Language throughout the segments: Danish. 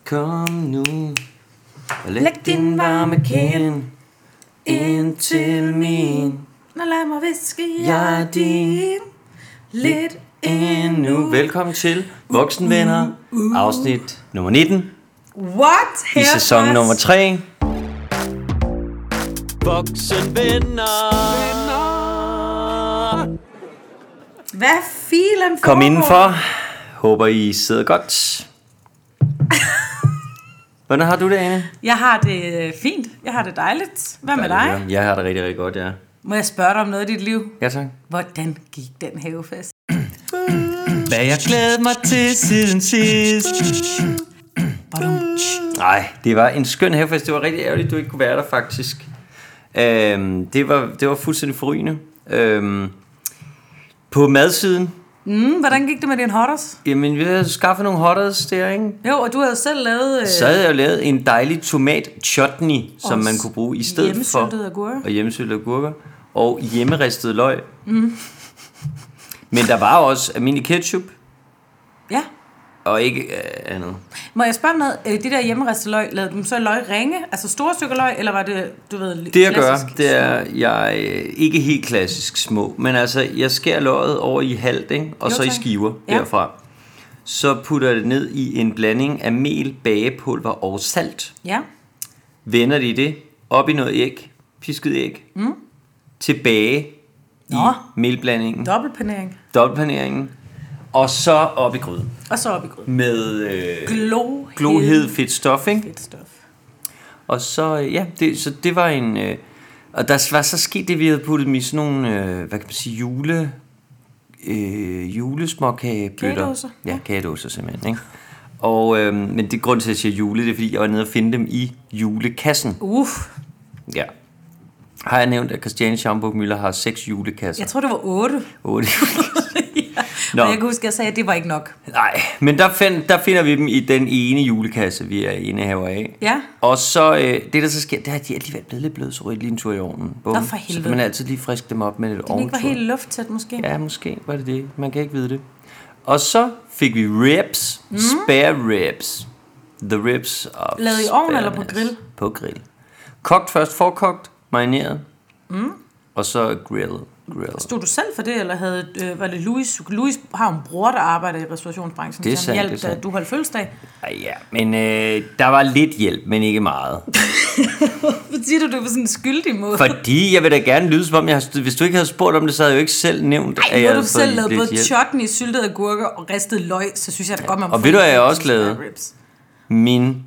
Kom nu og læg din varme kend ind til min. Nå lad mig viske, jeg er din. Lidt endnu. Velkommen til Voksenvenner, afsnit nummer 19. What? I sæson nummer 3. Voksenvenner. Hvad filen Kom indenfor. Håber I sidder godt. Hvordan har du det, Ane? Jeg har det fint. Jeg har det dejligt. Hvad med dig? Jeg har det rigtig, rigtig godt, ja. Må jeg spørge dig om noget i dit liv? Ja, tak. Hvordan gik den havefest? Hvad jeg glæder mig til siden sidst. Nej, det var en skøn havefest. Det var rigtig ærgerligt, du ikke kunne være der, faktisk. Det var fuldstændig forrygende. På madsiden. Hvordan gik det med din hotters? Jamen, vi havde skaffet nogle hotters der, ikke? Jo, og du havde selv lavet... Så havde jeg jo lavet en dejlig tomat chutney, som man kunne bruge i stedet for. Hjemmesyltede agurker. Og hjemmesyltede agurker. Og hjemmeristet løg. Men der var også almindelig ketchup. Ja. Og ikke andet. Må jeg spørge om noget? De der hjemmeristede løg, lavede du så løg ringe? Altså store stykker løg, eller var det, du ved, det jeg gør, det er, jeg ikke helt klassisk små. Men altså, jeg skærer løget over i halvt, ikke? Og jo, så i skiver derfra. Så putter jeg det ned i en blanding af mel, bagepulver og salt. Ja. Vender det i det. Op i noget æg. Pisket æg. Tilbage i melblandingen. Dobbeltpaneringen. Og så op i gryden. Med glohed fedt stof, ikke? Fedt stof. Og så, det var en... og der var så sket det, vi havde puttet dem i sådan nogle, hvad kan man sige, julesmåkagebøtter. Kagedåser. Ja, kagedåser simpelthen, ikke? Og, men det grund til, at jeg siger jule, det er, fordi jeg var nede og finde dem i julekassen. Ja. Har jeg nævnt, at Christiane Schaumburg Müller har 6 julekasser? Jeg tror, det var 8. 8 julekasser. Ja. Og jeg kan huske, at jeg sagde, at det var ikke nok. Nej, men der finder vi dem i den ene julekasse, vi er indehaver af. Ja. Og så, det der så sker, det er, at de er alligevel blevet lidt bløde, så ryger lige en tur i ovnen. Nå, for helvede. Så kan man altid lige friske dem op med lidt ovntur. Det ikke var helt lufttæt, måske? Ja, måske var det. Man kan ikke vide det. Og så fik vi ribs, spare ribs. The ribs of lavet i ovn eller på grill? På grill. Kogt først, forkogt, marineret. Og så grillet. Stod du selv for det, eller var det Louis? Louis har en bror, der arbejder i restaurationsbranchen. Det er sandt, hjælp, da du holdt fødselsdag. Ja, men der var lidt hjælp, men ikke meget. Hvorfor siger du på sådan en skyldig måde? Fordi jeg vil da gerne lyde som om, hvis du ikke havde spurgt om det, så havde jeg jo ikke selv nævnt, at jeg havde fået selv lavet både chutney, syltede agurker og ristet løg, så synes jeg da godt, man og ved du, jeg også lavet min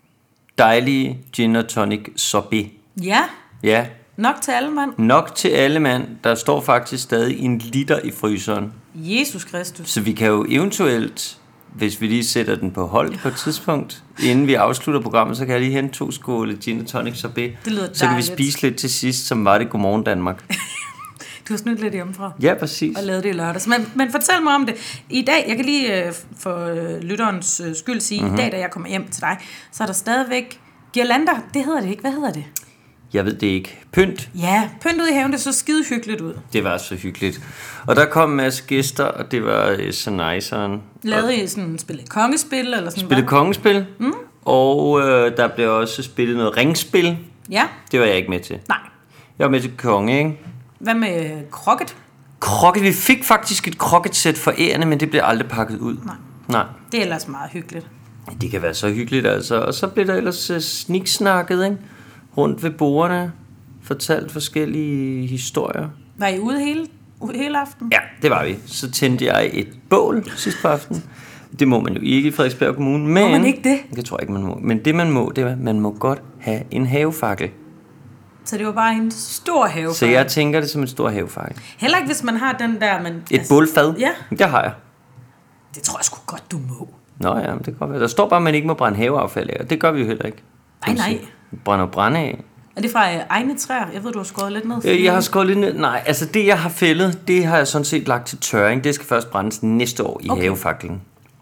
dejlige gin og tonic sorbet. Ja. Nok til alle mand. Nok til alle mand. Der står faktisk stadig 1 liter i fryseren. Jesus Kristus. Så vi kan jo eventuelt, hvis vi lige sætter den på hold på et tidspunkt, inden vi afslutter programmet, så kan jeg lige hente 2 skåle gin og tonic sorbet. Det lyder dejligt. Så kan vi spise lidt til sidst, som var det Godmorgen Danmark. Du har snydt lidt hjemmefra. Ja, præcis. Og lavet det i lørdags. Men fortæl mig om det. I dag, jeg kan lige for lytterens skyld sige, i dag, da jeg kommer hjem til dig, så er der stadigvæk girlander. Det hedder det ikke. Hvad hedder det? Jeg ved det ikke. Pynt. Ja, pynt ud i haven, det så skide hyggeligt ud. Det var så hyggeligt. Og der kom en masse gæster, og det var så nice'eren. Lavede I sådan spillet kongespil? Eller sådan spillet kongespil. Og der blev også spillet noget ringspil. Ja. Det var jeg ikke med til. Nej. Jeg var med til konge, ikke? Hvad med krokket? Krokket, vi fik faktisk et krokketsæt for ærende, men det blev aldrig pakket ud. Nej. Det er ellers meget hyggeligt. Det kan være så hyggeligt, altså. Og så blev der ellers sniksnakket, ikke? Rundt ved bordene, fortalt forskellige historier. Var I ude hele aften? Ja, det var vi. Så tændte jeg et bål sidste på aftenen. Det må man jo ikke i Frederiksberg Kommune. Men, må man ikke det? Det tror jeg ikke, man må. Men det man må, det er, at man må godt have en havefakkel. Så det var bare en stor havefakkel? Så jeg tænker det som en stor havefakkel. Heller ikke, hvis man har den der... Et bålfad? Ja. Det har jeg. Det tror jeg sgu godt, du må. Nå ja, det kan godt være. Der står bare, at man ikke må brænde haveaffald af, og det gør vi jo heller ikke. Nej. Brænder brænde af. Er det fra egne træer? Jeg ved, du har skåret lidt ned. Jeg har skåret lidt ned. Nej, altså det, jeg har fældet, det har jeg sådan set lagt til tørring. Det skal først brændes næste år i havefaklen.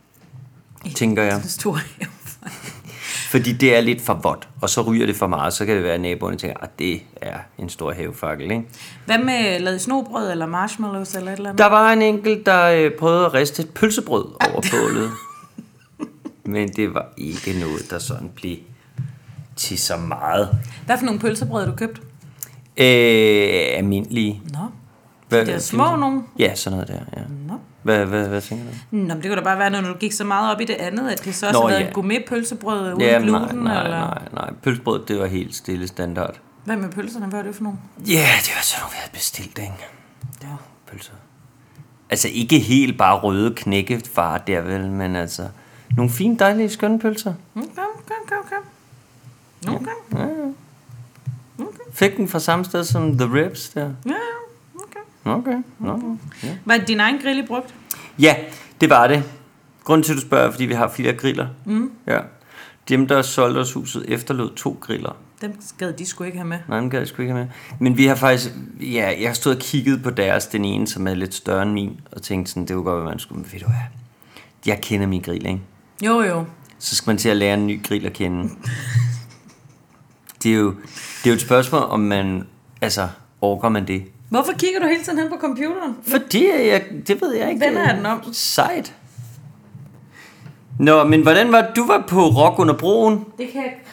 Tænker jeg. Det store havefaklen. Fordi det er lidt for vådt, og så ryger det for meget, så kan det være, at naboerne tænker, at det er en stor havefakkel, ikke? Hvad med lavede snobrød eller marshmallows eller et eller andet? Der var en enkelt, der prøvede at riste et pølsebrød over bålet. Men det var ikke noget, der sådan blev til så meget. Hvad for nogle pølsebrød du købt? Almindelige. Nå. Det er små nogen? Ja, sådan noget der, ja. Nå. Hvad tænker du? Nå, men det kunne da bare være, når du gik så meget op i det andet, at det så også havde en gourmet-pølsebrød uden gluten? Nej. Pølsebrød, det var helt stille standard. Hvad med pølserne? Hvad var det for nogle? Ja, det var sådan nogle, vi havde bestilt, ikke? Ja. Pølser. Altså ikke helt bare røde knækkefar der vel, men altså nogle fine, dejlige, skønne pølser. Okay. Ja. Fik den fra samme sted som The Ribs der. Ja, okay. Ja. Var det din egen grill, I brugt? Ja, det var det. Grunden til, at du spørger, er, fordi vi har 4 griller. Ja. Dem, der solgte os huset, efterlod 2 griller. Dem gad de sgu ikke have med. Nej, dem gad de sgu ikke have med. Men vi har faktisk... Ja, jeg har stået og kigget på deres, den ene, som er lidt større end min, og tænkte sådan, det var godt, hvad man skulle... Ved du hvad? Jeg kender min grill, ikke? Jo. Så skal man til at lære en ny grill at kende. Det er jo et spørgsmål, om man... Altså, overgår man det? Hvorfor kigger du hele tiden hen på computeren? Fordi det ved jeg ikke. Hvem er den om? Sejt. Nå, men hvordan var du var på Rock under broen? Det kan jeg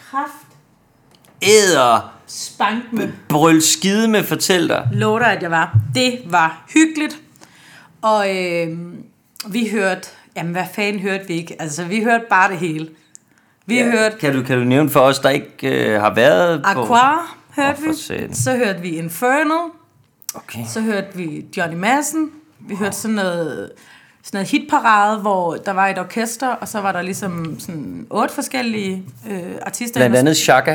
Spank med. Brøl skide med, fortæl dig. Lov dig, at jeg var. Det var hyggeligt. Og vi hørte... Jamen, hvad fanden hørte vi ikke? Altså, vi hørte bare det hele. Hørte... Kan du nævne for os, der ikke har været på... Aqua hørte vi. Så hørte vi Infernal. Okay. Så hørte vi Johnny Madsen. Vi hørte sådan noget hitparade, hvor der var et orkester, og så var der ligesom sådan 8 forskellige artister. Blandt andet Chaka.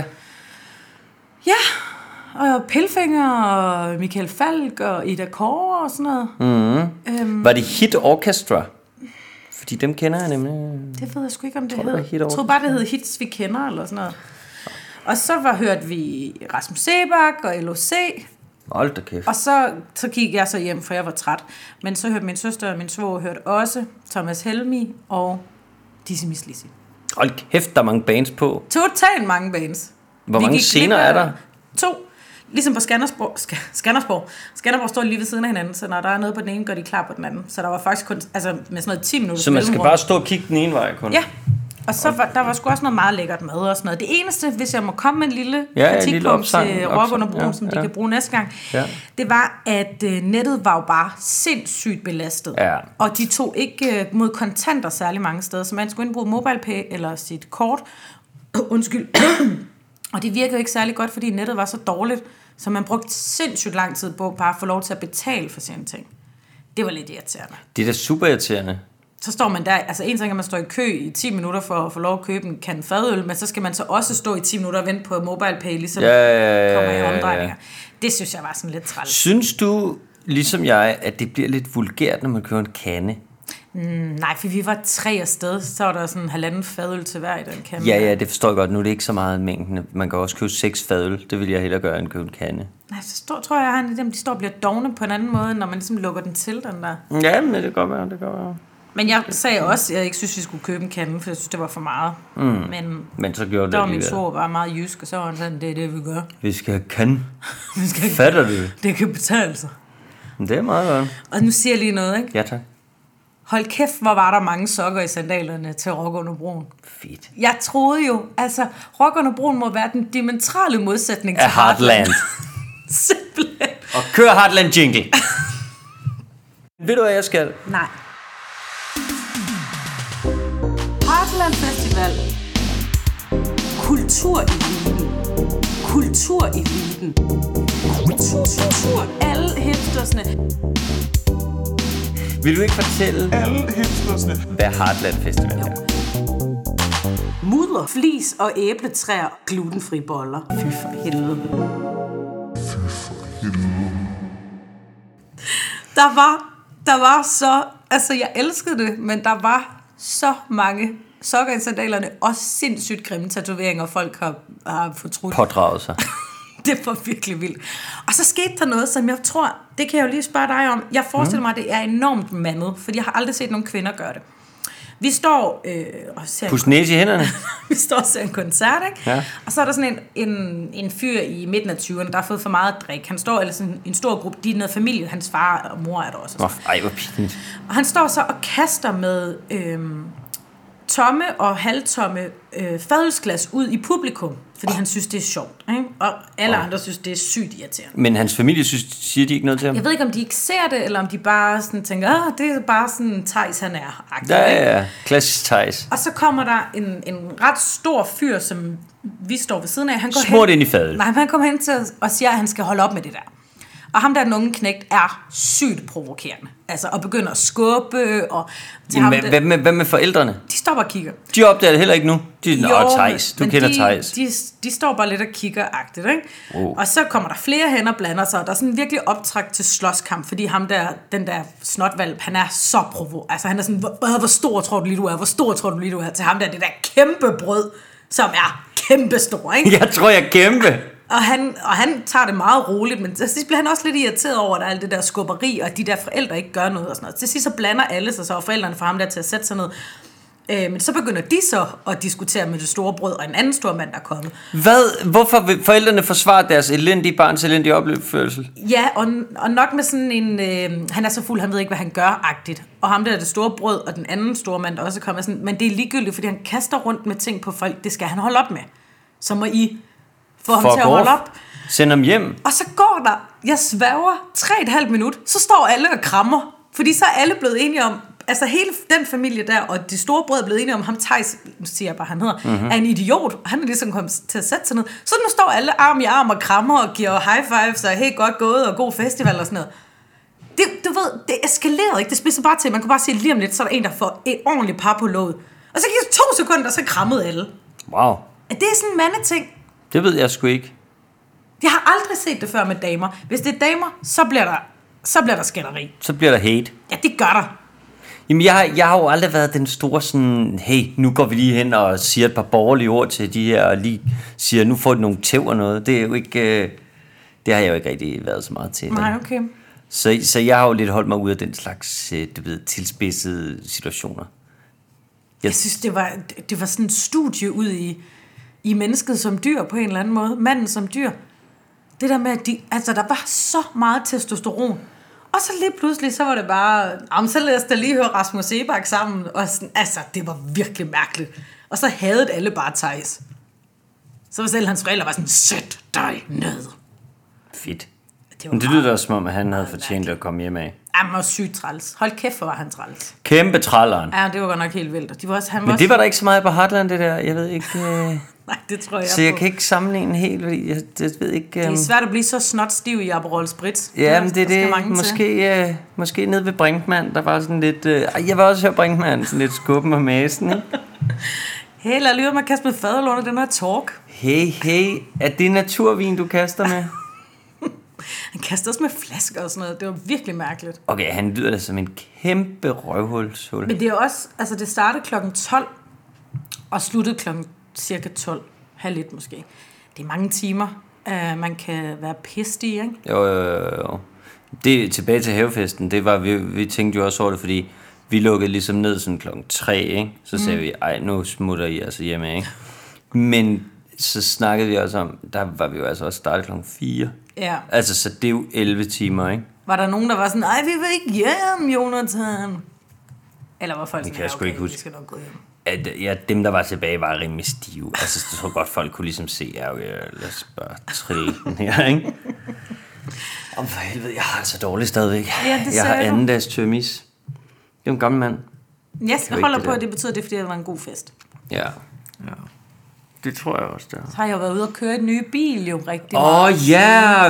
Ja, og Pilfinger, og Michael Falk, og Ida Kåre og sådan noget. Var det Hit Orchestra? Fordi dem kender jeg nemlig. Det ved jeg sgu ikke, om det hedder. Jeg tror bare, det hed Hits, vi kender, eller sådan noget. Og så hørte vi Rasmus Sebak og LOC. Hold da kæft. Og så gik jeg så hjem, for jeg var træt. Men så hørte min søster og min svoger hørte også Thomas Helmi og Dizzy Miss Lizzy. Hold kæft, der er mange bands på. Totalt mange bands. Hvor mange scener er der? 2. Ligesom på Skanderborg. Skanderborg står lige ved siden af hinanden, så når der er noget på den ene, går de klar på den anden. Så der var faktisk kun, med sådan noget 10 minutter. Så man skal bare stå og kigge den ene vej kun? Ja. Og så der var sgu også noget meget lækkert mad og sådan noget. Det eneste, hvis jeg må komme med en lille kritikpunkt til Rock under broen, som de kan bruge næste gang, det var, at nettet var jo bare sindssygt belastet. Ja. Og de tog ikke mod kontanter særlig mange steder, så man skulle indbruge MobilePay eller sit kort. Undskyld. Og det virkede ikke særlig godt, fordi nettet var så dårligt, så man brugte sindssygt lang tid på bare at få lov til at betale for sine ting. Det var lidt irriterende. Det er da super irriterende. Så står man der, altså en ting er, man står i kø i 10 minutter for at få lov at købe en kan fadøl, men så skal man så også stå i 10 minutter og vente på MobilePay, ligesom kommer i omdrejninger. Det synes jeg var sådan lidt træls. Synes du, ligesom jeg, at det bliver lidt vulgært, når man køber en kande? Nej, for vi var 3 afsted, så var der sådan 1,5 fadøl til hver i den kande. Ja, det forstår jeg godt. Nu er det ikke så meget mængden. Man kan også købe 6 fadøl. Det vil jeg hellere gøre, end købe en kande. Nej, så tror jeg, at de står og bliver dovne på en anden måde, når man ligesom lukker den til, den der. Ja, men det kan godt være, Men jeg sagde også, at jeg ikke synes, vi skulle købe en kande, for jeg synes, det var for meget. Men så gjorde det der var min svor var meget jysk, og så var han sådan, det er det, vi gør. Vi skal have kande. Fatter du? Det kan betale sig. Det er meget godt. Og nu siger jeg lige noget, ikke? Ja, tak. Hold kæft, hvor var der mange sokker i sandalerne til Rock under broen. Fedt. Jeg troede jo, altså, Rock under broen må være den diametrale modsætning til Heartland. Simpelthen. Og kør Heartland jingle. Ved du, hvad jeg skal? Nej. Heartland Festival. Kultureliten. Kultureliten. Kultur. Alle hipstersne. Vil du ikke fortælle alle hipstersne, hvad Heartland Festival er? Mudder, flis og æbletræer, glutenfri boller. Fy for helvede. Der var så, altså jeg elskede det, men der var så mange sokker i sandalerne og sindssygt grimme tatoveringer, folk har fortrudt. Pådraget sig. Det var virkelig vildt. Og så skete der noget, som jeg tror, det kan jeg jo lige spørge dig om. Jeg forestiller mig, at det er enormt mandet, fordi jeg har aldrig set nogen kvinder gøre det. Vi står og ser... Pus næse i hænderne. Vi står og ser en koncert, ikke? Ja. Og så er der sådan en fyr i midten af 20'erne, der har fået for meget at drikke. Han står, eller sådan en stor gruppe, de er noget familie, hans far og mor er der også. Ej, hvor pinligt. Og han står så og kaster med tomme og halvtomme fadølsglas ud i publikum, fordi han synes, det er sjovt. Ikke? Og alle andre synes, det er sygt irriterende. Men hans familie siger de ikke noget til ham? Jeg ved ikke, om de ikke ser det, eller om de bare sådan tænker, det er bare sådan Theis, han er. Ja, klassisk Theis. Og så kommer der en ret stor fyr, som vi står ved siden af. Han går smurt ind i fadet. Nej, han kommer hen til og siger, at han skal holde op med det der. Og ham der, den unge knægt, er sygt provokerende. Altså, og begynder at skubbe. Og hvad med forældrene? De står bare og kigger. De opdager det heller ikke nu. Theis, du kender Theis. De står bare lidt og kigger-agtigt, ikke? Og så kommer der flere hen og blander sig, og der er sådan virkelig optræk til slåskamp, fordi ham der, den der snotvalp, han er så altså han er sådan, hvor stor tror du lige du er? Hvor stor tror du lige du er? Til ham der, det der kæmpe brød, som er kæmpe stor, ikke? Jeg tror, jeg er kæmpe. Og han tager det meget roligt, men til sidst bliver han også lidt irriteret over, at der er alt det der skubberi, og de der forældre ikke gør noget og sådan noget. Til sidst så blander alle sig så, og forældrene får ham der til at sætte sig ned. Men så begynder de så at diskutere med det store brød, og en anden stor mand, der er kommet. Hvorfor vil forældrene forsvare deres elendige barns elendige oplevelser? Ja, og nok med sådan en, han er så fuld, han ved ikke, hvad han gør-agtigt. Og ham der er det store brød, og den anden store mand, der også kommer sådan, men det er ligegyldigt, fordi han kaster rundt med ting på folk, det skal han holde op med. Så må I få ham til at holde op. Send ham hjem. Og så går der, jeg sværger, 3,5 minut, så står alle og krammer. Fordi så er alle blevet enige om, altså hele den familie der, og de store brød er blevet enige om, ham Theis, nu siger jeg bare, han hedder, er en idiot. Han er ligesom kommet til at sætte sig ned. Så nu står alle arm i arm og krammer og giver high fives og helt godt gået og god festival og sådan noget. Du ved, det eskalerede ikke. Det spidser bare til. Man kunne bare sige lige om lidt, så er der en, der får et ordentligt par på låget. Og så gik det 2 sekunder, så krammede alle. Wow. Det er sådan en mandeting. Det ved jeg sgu ikke. Jeg har aldrig set det før med damer. Hvis det er damer, så bliver der skænderi. Så bliver der hate. Ja, det gør der. Jamen, jeg har jo aldrig været den store sådan, hey, nu går vi lige hen og siger et par borgerlige ord til de her, og lige siger, nu får de nogle tæv og noget. Det er jo ikke, det har jeg jo ikke rigtig været så meget til. Nej, okay. Så jeg har jo lidt holdt mig ud af den slags, tilspidsede situationer. Jeg synes, det var sådan et studie ud i mennesket som dyr på en eller anden måde. Manden som dyr. Det der med, at der var så meget testosteron. Og så lige pludselig, så var det bare, så lad os da lige høre Rasmus Seebach sammen. Og sådan, altså, det var virkelig mærkeligt. Og så hadede alle bare Theis. Så var selv hans forældre var sådan, sæt dig ned. Fedt. Men det lyder også som om, at han havde fortjent at komme hjem af. Han var sygt træls. Hold kæft, hvor var han træls. Kæmpe trælleren. Ja, det var godt nok helt vildt. Men det var der ikke så meget på Heartland, det der. Jeg ved ikke. Nej, det tror jeg. Så jeg kan ikke sammenligne helt, fordi jeg ved ikke. Det er svært at blive så snotstiv i Aperol Spritz. Ja, men det er det. Måske nede ved Brinkmann, der var sådan lidt. Jeg var også høre Brinkmann, sådan lidt skubben og masen, ikke? Hey, lad lige mig kaste med fadøl under den her talk. Hey, er det naturvin, du kaster med? Han kastede også med flasker og sådan noget. Det var virkelig mærkeligt. Okay, han lyder da som en kæmpe røvhulshul. Men det er også, altså det startede klokken 12 og sluttede klokken cirka 12. Halv 1 måske. Det er mange timer, man kan være pissed i, ikke? Jo. Det tilbage til havefesten, det var, vi tænkte jo også over det, fordi vi lukkede ligesom ned sådan klokken 3, ikke? Så sagde vi, nu smutter I altså hjemme, ikke? Men så snakkede vi også om, der var vi jo altså også startet klokken 4. Ja. Altså, så det er jo 11 timer, ikke? Var der nogen, der var sådan, vi vil ikke hjem, Jonathan? Eller var folk sådan, jeg sgu ikke huske. Vi skal nok gå hjem. Ja, dem, der var tilbage, var rimelig stive. Altså, jeg tror godt, folk kunne ligesom se, lad os bare trille den her, ikke? Om for helvede, jeg har det så dårligt stadigvæk. Ja, det jeg har andendags tømmis. Det er en gammel mand. Jeg holder på, at det betyder, det fordi det var en god fest. Ja. Det tror jeg også, der. Så har jeg jo været ude og køre en ny bil, jo rigtig meget. Ja!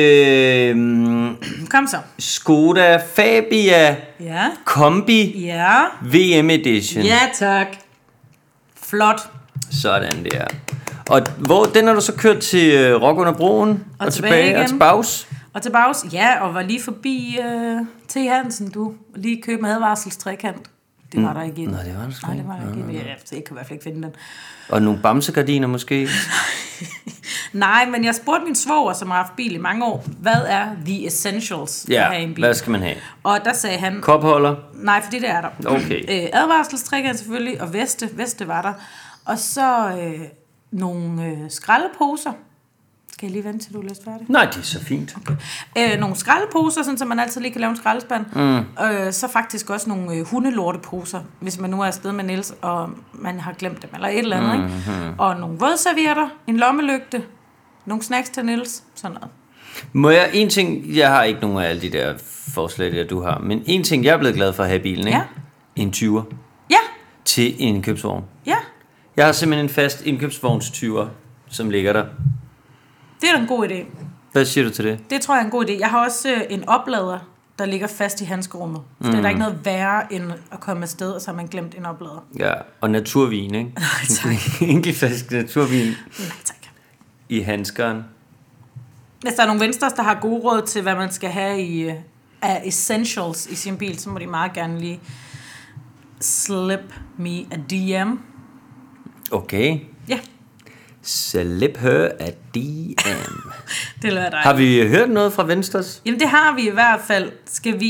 Kom så. Skoda Fabia Kombi VM Edition. Ja, tak. Flot. Sådan der. Og den har du så kørt til Rock under broen og tilbage igen. Og til Baus. Og til Baus, ja, og var lige forbi T. Hansen, du. Lige købe med advarselstrekant. Det var der ikke ind. Nej, det var der sgu ikke. Nej, det var der ikke ind. Ja, jeg kan i hvert fald ikke finde den. Og nogle bamsegardiner måske? Nej, men jeg spurgte min svoger, som har haft bil i mange år, hvad er the essentials at have en bil? Hvad skal man have? Og der sagde han... Kopholder? Nej, for det er der. Okay. Advarselstrækker selvfølgelig, og veste var der. Og så nogle skraldeposer. Skal jeg lige vente, til du er læst færdig? Nej, det er så fint. Okay. Nogle skraldeposer, sådan, så man altid lige kan lave en skraldespand. Så faktisk også nogle hundelorteposer, hvis man nu er afsted med Niels, og man har glemt dem, eller et eller andet. Ikke? Og nogle vådservietter, en lommelygte, nogle snacks til Niels, sådan noget. Må jeg, en ting, jeg har ikke nogen af alle de der forslag, der du har, men en ting, jeg er blevet glad for at have i bilen, ikke? Ja. En 20'er. Ja. Til en indkøbsvogn. Ja. Jeg har simpelthen en fast indkøbsvogns-20'er, som ligger der. Det er da en god idé. Hvad siger du til det? Det tror jeg er en god idé. Jeg har også en oplader, der ligger fast i handskerummet. For det er der ikke noget værre, end at komme afsted, og så har man glemt en oplader. Ja, og naturvin, ikke? Nej, tak. Enkeltflaske naturvin. Nej, tak. I handskeren. Hvis der er nogle venstres, der har gode råd til, hvad man skal have af essentials i sin bil, så må de meget gerne lige slip me a DM. Okay. Ja. Slip her a DM. Det lyder dejligt. Har vi hørt noget fra Venstres? Jamen, det har vi i hvert fald. Skal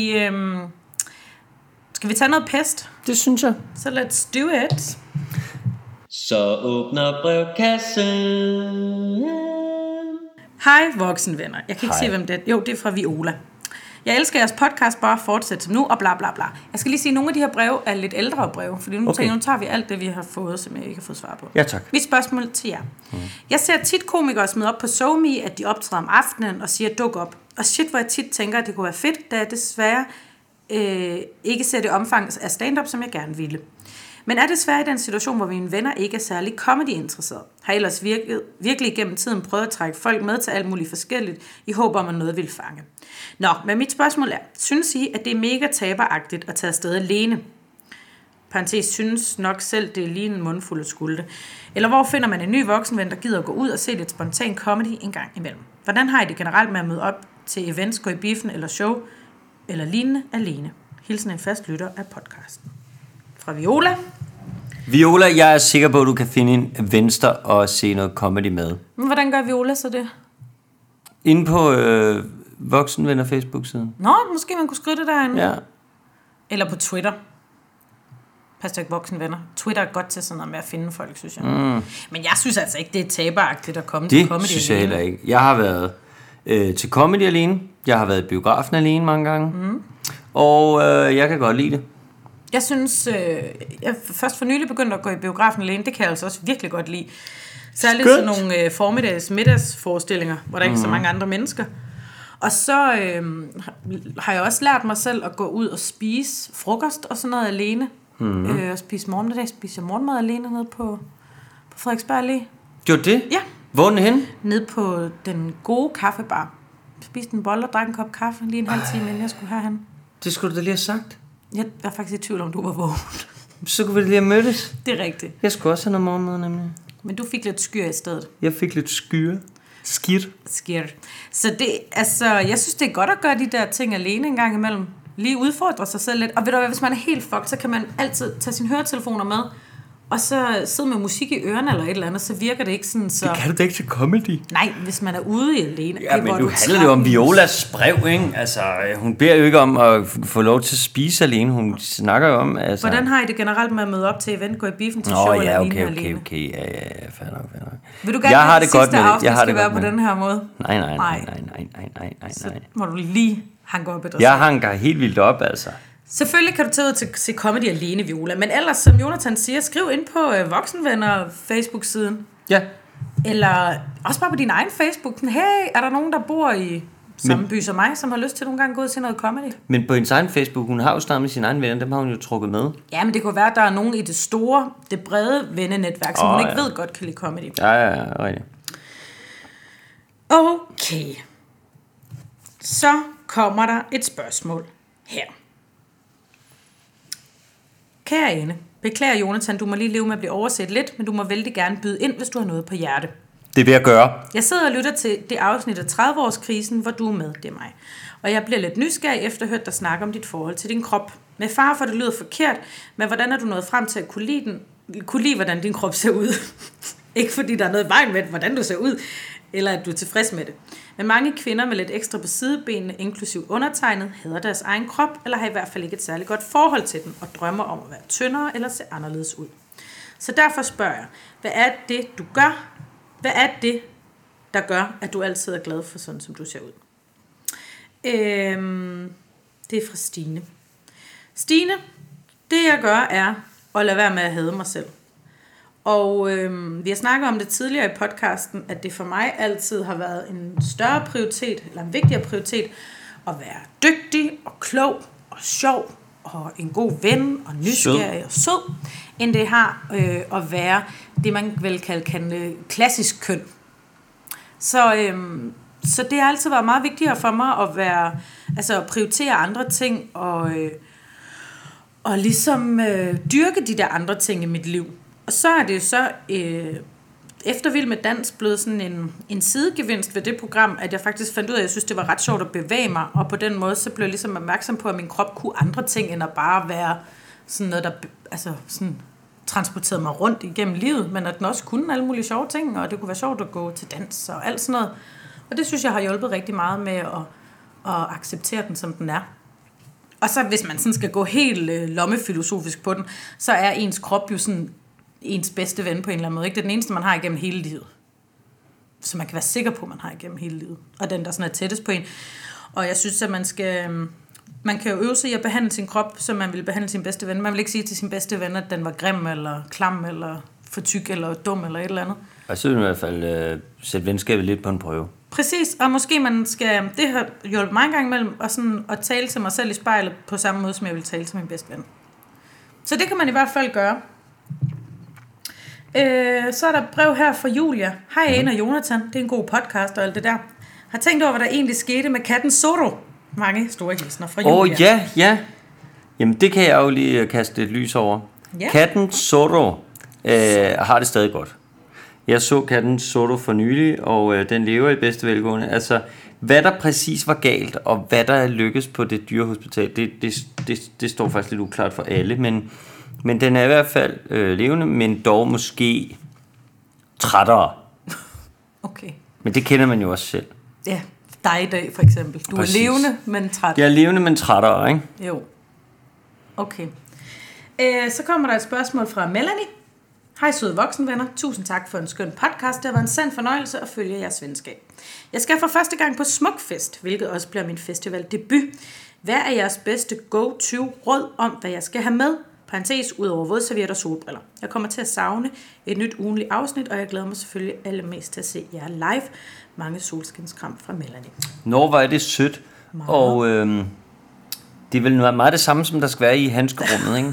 vi tage noget pest? Det synes jeg. Så let's do it. Så åbner brevkassen. Hej voksenvenner. Jeg kan ikke se, hvem det er. Jo, det er fra Viola. Jeg elsker jeres podcast, bare fortsæt som nu, og bla bla bla. Jeg skal lige sige, at nogle af de her breve er lidt ældre breve, fordi nu tager vi alt det, vi har fået, som jeg ikke har fået svar på. Ja, tak. Mit spørgsmål til jer. Jeg ser tit komikere smide op på SoMe, at de optræder om aftenen og siger, duk op. Og shit, hvor jeg tit tænker, at det kunne være fedt, da jeg desværre ikke ser det omfang af stand-up, som jeg gerne ville. Men er desværre i den situation, hvor mine venner ikke er særlig comedy-interesserede. Har ellers virkelig gennem tiden prøvet at trække folk med til alt muligt forskelligt, i håb om, at noget vil fange. Nå, men mit spørgsmål er, synes I, at det er mega taberagtigt at tage afsted alene? Parentes, synes nok selv, det er lige en mundfuld af skulde. Eller hvor finder man en ny voksenven, der gider at gå ud og se lidt spontan comedy en gang imellem? Hvordan har I det generelt med at møde op til events, gå i biffen eller show, eller lignende alene? Hilsen en fast lytter af podcasten. Fra Viola. Viola, jeg er sikker på, at du kan finde en venstre og se noget comedy med. Men hvordan gør Viola så det? Inde på Voksenvenner Facebook-siden. Nå, måske man kunne skrive det derinde. Ja. Eller på Twitter. Hashtag Voksenvenner. Twitter er godt til sådan noget med at finde folk, synes jeg. Men jeg synes altså ikke, det er taberagtigt at komme til comedy alene. Det synes jeg heller ikke. Jeg har været til comedy alene. Jeg har været i biografen alene mange gange. Og jeg kan godt lide det. Jeg synes, jeg først for nylig begyndte at gå i biografen alene. Det kan jeg altså også virkelig godt lide. Særligt sådan nogle middagsforestillinger, hvor der ikke er så mange andre mennesker. Og så har jeg også lært mig selv at gå ud og spise frokost og sådan noget alene. Og spise morgenmad. Spiser morgenmad alene nede på Frederiksberg Allé. Gjorde det? Ja. Hvor er den henne? Nede på den gode kaffebar. Spiste en bolle og drak en kop kaffe lige en halv time, inden jeg skulle herhen. Det skulle du da lige have sagt. Jeg var faktisk i tvivl om, du var vågen. Så kunne vi lige have mødtes. Det er rigtigt. Jeg skulle også have noget morgenmad, nemlig. Men du fik lidt skyr i stedet. Jeg fik lidt skidt. Så det, altså, jeg synes, det er godt at gøre de der ting alene en gang imellem. Lige udfordre sig selv lidt. Og ved du hvad, hvis man er helt fucked, så kan man altid tage sine høretelefoner med, og så sidde med musik i ørerne eller et eller andet, så virker det ikke sådan så... Det kan du da ikke til comedy. Nej, hvis man er ude i alene. Ja, men nu handler det jo om Violas brev, ikke? Altså, hun beder jo ikke om at få lov til at spise alene. Hun snakker jo om... Altså... Hvordan har I det generelt med at møde op til event, gå i biffen til show eller lignende alene? Okay. Ja, fair nok. Vil du gerne have det sidste afsnit skal være på den her måde? Nej. Så må du lige hanke op i dig. Jeg hanker helt vildt op, altså. Selvfølgelig kan du tage ud til se comedy alene, Viola. Men ellers, som Jonathan siger, skriv ind på Voksenvenner Facebook-siden. Ja. Eller også bare på din egen Facebook. Hey, er der nogen, der bor i samme by som mig, som har lyst til nogle gange gå ud og se noget comedy? Men på hendes egen Facebook, hun har jo snart med sine egne venner, dem har hun jo trukket med. Ja, men det kunne være, at der er nogen i det brede vennenetværk, som hun ikke ved godt kan lide comedy. Ja, rigtigt. Okay. Så kommer der et spørgsmål her. Kære Ane, beklager Jonathan, du må lige leve med at blive overset lidt, men du må vældig gerne byde ind, hvis du har noget på hjerte. Det vil jeg gøre. Jeg sidder og lytter til det afsnit af 30-årskrisen, hvor du er med, det er mig. Og jeg bliver lidt nysgerrig efter at høre dig snakke om dit forhold til din krop. Med far for det lyder forkert, men hvordan er du nået frem til at kunne lide, hvordan din krop ser ud? Ikke fordi der er noget i vejen med, hvordan du ser ud, eller at du er tilfreds med det. Men mange kvinder med lidt ekstra på sidebenene, inklusiv undertegnet, hader deres egen krop, eller har i hvert fald ikke et særligt godt forhold til den, og drømmer om at være tyndere eller se anderledes ud. Så derfor spørger jeg, hvad er det, du gør? Hvad er det, der gør, at du altid er glad for sådan, som du ser ud. Det er fra Stine. Stine, det jeg gør, er at lade være med at hade mig selv. Og vi har snakket om det tidligere i podcasten, at det for mig altid har været en større prioritet, eller en vigtigere prioritet, at være dygtig og klog og sjov og en god ven og nysgerrig og sød, end det har at være det, man vel kan klassisk køn. Så det har altid været meget vigtigere for mig at prioritere andre ting og ligesom dyrke de der andre ting i mit liv. Og så er det jo så efter Vild med Dans blevet sådan en sidegevinst ved det program, at jeg faktisk fandt ud af, at jeg synes, det var ret sjovt at bevæge mig, og på den måde så blev jeg ligesom opmærksom på, at min krop kunne andre ting, end at bare være sådan noget, der sådan transporterede mig rundt igennem livet, men at den også kunne alle mulige sjove ting, og det kunne være sjovt at gå til dans og alt sådan noget. Og det synes jeg har hjulpet rigtig meget med at acceptere den, som den er. Og så hvis man sådan skal gå helt lommefilosofisk på den, så er ens krop jo sådan ens bedste ven på en eller anden måde. Ikke? Det er den eneste, man har igennem hele livet. Så man kan være sikker på, at man har igennem hele livet. Og den, der sådan er tættest på en. Og jeg synes, at man kan jo øve sig i at behandle sin krop, som man vil behandle sin bedste ven. Man vil ikke sige til sin bedste ven, at den var grim, eller klam, eller for tyk, eller dum, eller et eller andet. Jeg synes i hvert fald sætte venskabet lidt på en prøve. Præcis, og måske man skal, det har hjulpet mig en gang imellem, og sådan at tale til mig selv i spejlet, på samme måde, som jeg vil tale til min bedste ven. Så det kan man i hvert fald gøre. Så er der et brev her fra Julia. Hej Ane og Jonathan, det er en god podcast og alt det der. Har tænkt over, hvad der egentlig skete med katten Zorro. Mange store hilsner fra Julia. Ja. Jamen det kan jeg jo lige kaste et lys over. Ja. Katten Zorro har det stadig godt. Jeg så katten Zorro for nylig, og den lever i bedste velgående. Altså, hvad der præcis var galt, og hvad der lykkedes på det dyrehospital, det står faktisk lidt uklart for alle, men den er i hvert fald levende, men dog måske trættere. Okay. Men det kender man jo også selv. Ja, dig i dag for eksempel. Du præcis. Er levende, men træt. Jeg er levende, men trættere, ikke? Jo. Okay. Så kommer der et spørgsmål fra Melanie. Hej søde voksenvenner, tusind tak for en skøn podcast. Det har været en sand fornøjelse at følge jeres venskab. Jeg skal for første gang på Smukfest, hvilket også bliver min festivaldebut. Hvad er jeres bedste go-to-råd om, hvad jeg skal have med? Parentes, ud over vådserviet og solbriller. Jeg kommer til at savne et nyt ugentligt afsnit, og jeg glæder mig selvfølgelig allermest til at se jer live. Mange solskinskram fra Melanie. Når var det sødt, meget. Og det er vel meget det samme, som der skal være i handskerummet, ikke?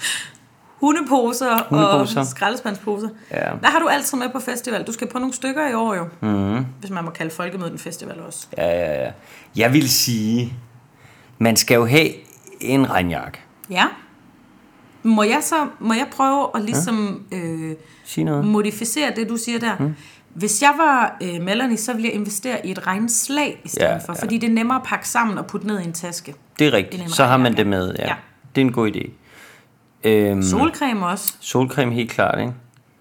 Hundeposer og skraldespandsposer. Ja. Hvad har du altid med på festival? Du skal på nogle stykker i år jo. Mm-hmm. Hvis man må kalde Folkemødet en festival også. Ja. Jeg vil sige, man skal jo have en regnjakke. Ja. Må jeg prøve at ligesom modificere det, du siger der? Mm. Hvis jeg var Melanie, så ville jeg investere i et regnslag i stedet for. Fordi det er nemmere at pakke sammen og putte ned i en taske. Det er rigtigt. Så har man det med, ja. Det er en god idé. Solcreme også. Solcreme helt klart, ikke?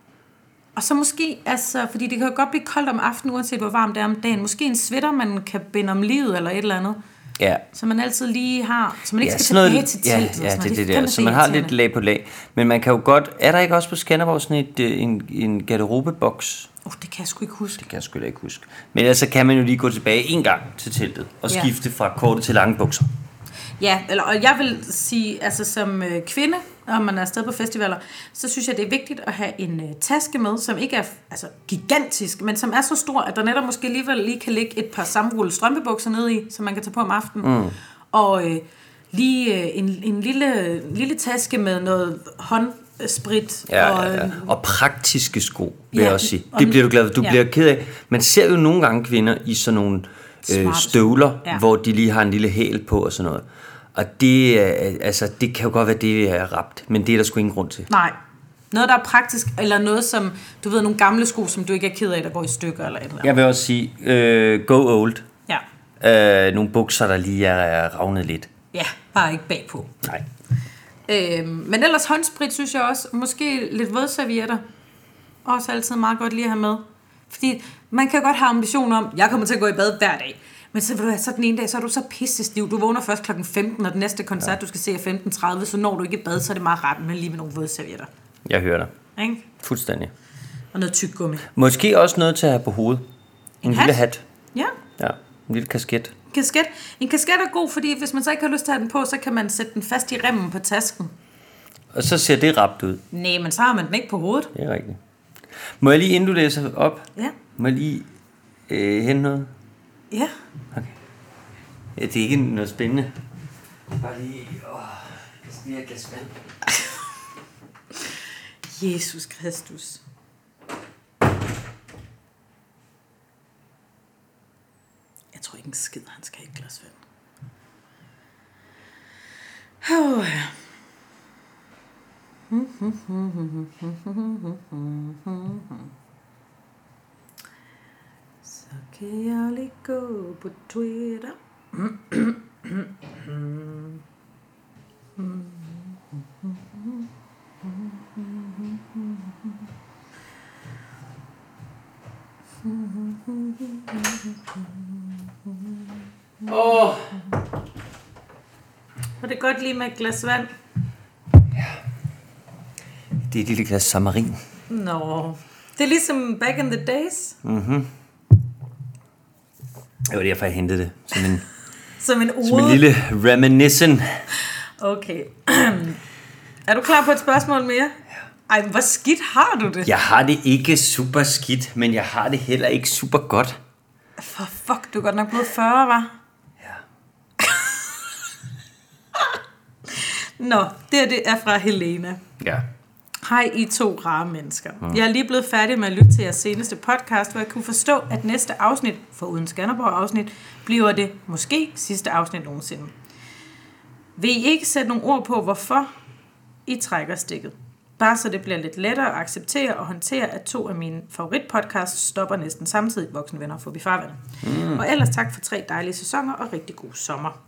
Og så måske, fordi det kan jo godt blive koldt om aftenen, uanset hvor varmt det er om dagen. Måske en sweater, man kan binde om livet eller et eller andet. Ja. Så man altid lige har, så man ikke skal tilbage til telt. Ja, det der. Så man har lidt lag på lag. Men man kan jo godt, er der ikke også på Skanderborg sådan en garderobeboks? Det kan jeg sgu ikke huske. Det kan jeg sgu ikke huske. Men ellers kan man jo lige gå tilbage en gang til teltet og skifte fra korte til lange bukser. Ja, og jeg vil sige, altså som kvinde, når man er afsted på festivaler, så synes jeg, det er vigtigt at have en taske med, som ikke er gigantisk, men som er så stor, at der netop måske alligevel lige kan ligge et par sammenrullede strømpebukser nede i, som man kan tage på om aftenen. Mm. Og lige en lille taske med noget håndsprit. Og praktiske sko, vil jeg også sige. Det bliver du glad for. Du bliver ked af. Man ser jo nogle gange kvinder i sådan nogle støvler, hvor de lige har en lille hæl på og sådan noget. Og det kan jo godt være, det er rapt, men det er der sgu ingen grund til. Nej. Noget, der er praktisk, eller noget som, du ved, nogle gamle sko, som du ikke er ked af, der går i stykker eller et eller andet. Jeg vil også sige, go old. Ja. Nogle bukser, der lige er ravnet lidt. Ja, bare ikke bagpå. Nej. Men ellers håndsprit, synes jeg også. Måske lidt vådservietter. Også altid meget godt lige at have med. Fordi man kan godt have ambitioner om, jeg kommer til at gå i bad hver dag. Men så vil du have så den ene dag, så er du så pissestiv. Du vågner først klokken 15, og den næste koncert, du skal se, er 15.30, så når du ikke i bad, så er det meget rart med lige med nogle vådservietter. Jeg hører dig. Ikke? Fuldstændig. Og noget tyggegummi. Måske også noget til at have på hovedet. En lille hat. Ja. Ja, en lille kasket. En kasket er god, fordi hvis man så ikke har lyst til at have den på, så kan man sætte den fast i remmen på tasken. Og så ser det rapt ud. Nej, men så har man den ikke på hovedet. Det er rigtigt. Må jeg lige, inden du læser op? Ja. Må jeg lige hente noget? Ja. Okay. Ja, det er ikke noget spændende. Bare lige... jeg skal lige have et glas vand. Jesus Kristus. Jeg tror ikke en skid, han skal have et glas vand. Så kan jeg lige gå på Twitter. Var det godt lige med et glas vand? Ja. Det er et lille glas samarin. Nå. Det er ligesom back in the days. Mhm. Det var derfor, jeg hentede det. Som en lille reminiscent. Okay. Er du klar på et spørgsmål mere? Ja. Ej, hvor skidt har du det? Jeg har det ikke super skidt, men jeg har det heller ikke super godt. For fuck, du er godt nok blevet 40, hva'? Ja. Nå, det er fra Helena. Ja. Hej, I to rare mennesker. Jeg er lige blevet færdig med at lytte til jeres seneste podcast, hvor jeg kunne forstå, at næste afsnit, foruden Skanderborg-afsnit, bliver det måske sidste afsnit nogensinde. Vil I ikke sætte nogle ord på, hvorfor I trækker stikket? Bare så det bliver lidt lettere at acceptere og håndtere, at 2 af mine favoritpodcasts stopper næsten samtidig, Voksenvenner og Forbi Farvandet. Og ellers tak for 3 dejlige sæsoner og rigtig god sommer.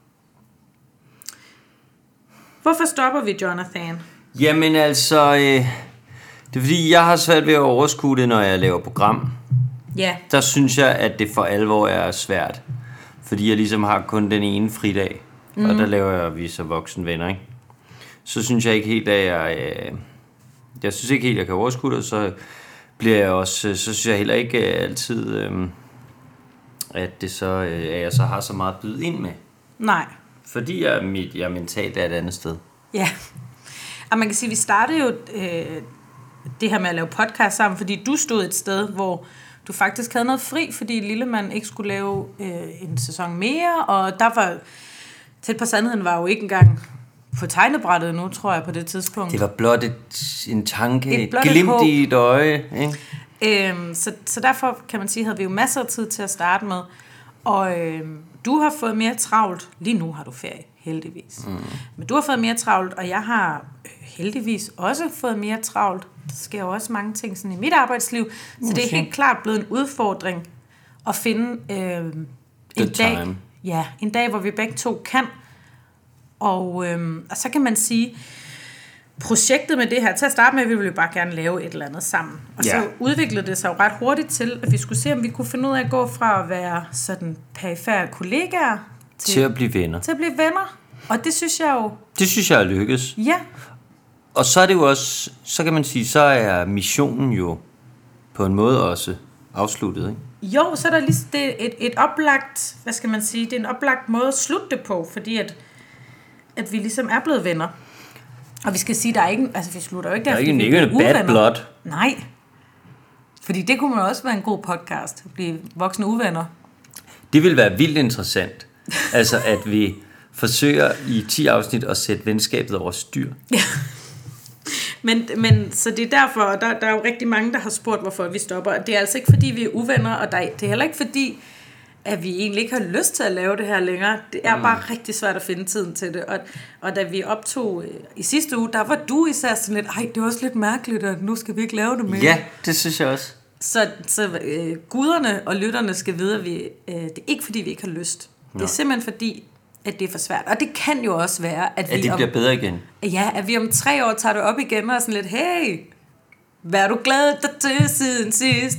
Hvorfor stopper vi, Jonathan? Jamen altså, det er fordi, jeg har svært ved at overskue det, når jeg laver program. Ja. Der synes jeg, at det for alvor er svært. Fordi jeg ligesom har kun den ene fridag. Og der laver vi så Voksenvenner, ikke? Så synes jeg ikke helt, at jeg synes ikke helt, jeg kan overskue det. Så bliver jeg også, så synes jeg heller ikke altid, at det så, at jeg så har så meget at byde ind med. Nej. Fordi jeg mentalt er et andet sted. Ja. Og man kan sige, at vi startede jo det her med at lave podcast sammen, fordi du stod et sted, hvor du faktisk havde noget fri, fordi Lillemand ikke skulle lave en sæson mere, og der var tæt på sandheden var jo ikke engang på tegnebrættet nu, tror jeg, på det tidspunkt. Det var blot en tanke, et glimt i et øje. Ikke? Så derfor kan man sige, havde vi jo masser af tid til at starte med, og du har fået mere travlt. Lige nu har du ferie, heldigvis. Men du har fået mere travlt, og jeg har heldigvis også fået mere travlt. Der sker jo også mange ting sådan i mit arbejdsliv, så det er helt klart blevet en udfordring at finde en dag, hvor vi begge to kan. Og så kan man sige, projektet med det her, til at starte med, vi ville jo bare gerne lave et eller andet sammen. Og så udviklede det sig jo ret hurtigt til, at vi skulle se, om vi kunne finde ud af at gå fra at være sådan perifære kollegaer til at blive venner. Til at blive venner. Og det synes jeg jo... Det synes jeg er lykkes. Ja. Og så er det jo også, så kan man sige, så er missionen jo på en måde også afsluttet, ikke? Jo, så er der lige det et oplagt, hvad skal man sige, det er en oplagt måde at slutte det på, fordi at vi ligesom er blevet venner. Og vi skal sige, der er ikke, altså vi slutter jo ikke der, fordi vi er ikke bad blood. Nej. Fordi det kunne man også være en god podcast, at blive voksne uvenner. Det vil være vildt interessant. Altså at vi forsøger i 10 afsnit at sætte venskabet over styr. Ja. Men så det er derfor, og der er jo rigtig mange, der har spurgt, hvorfor vi stopper. Det er altså ikke, fordi vi er uvenner, og det er heller ikke, fordi at vi egentlig ikke har lyst til at lave det her længere. Det er bare rigtig svært at finde tiden til det. Og da vi optog i sidste uge, der var du især sådan lidt, det er også lidt mærkeligt, at nu skal vi ikke lave det mere. Ja, det synes jeg også. Så guderne og lytterne skal vide, at det er ikke, fordi vi ikke har lyst. Det er simpelthen fordi, at det er for svært. Og det kan jo også være, at det bliver bedre igen. Ja, at vi om 3 år tager det op igen og er sådan lidt, hey, hvad er du glad dig til siden sidst?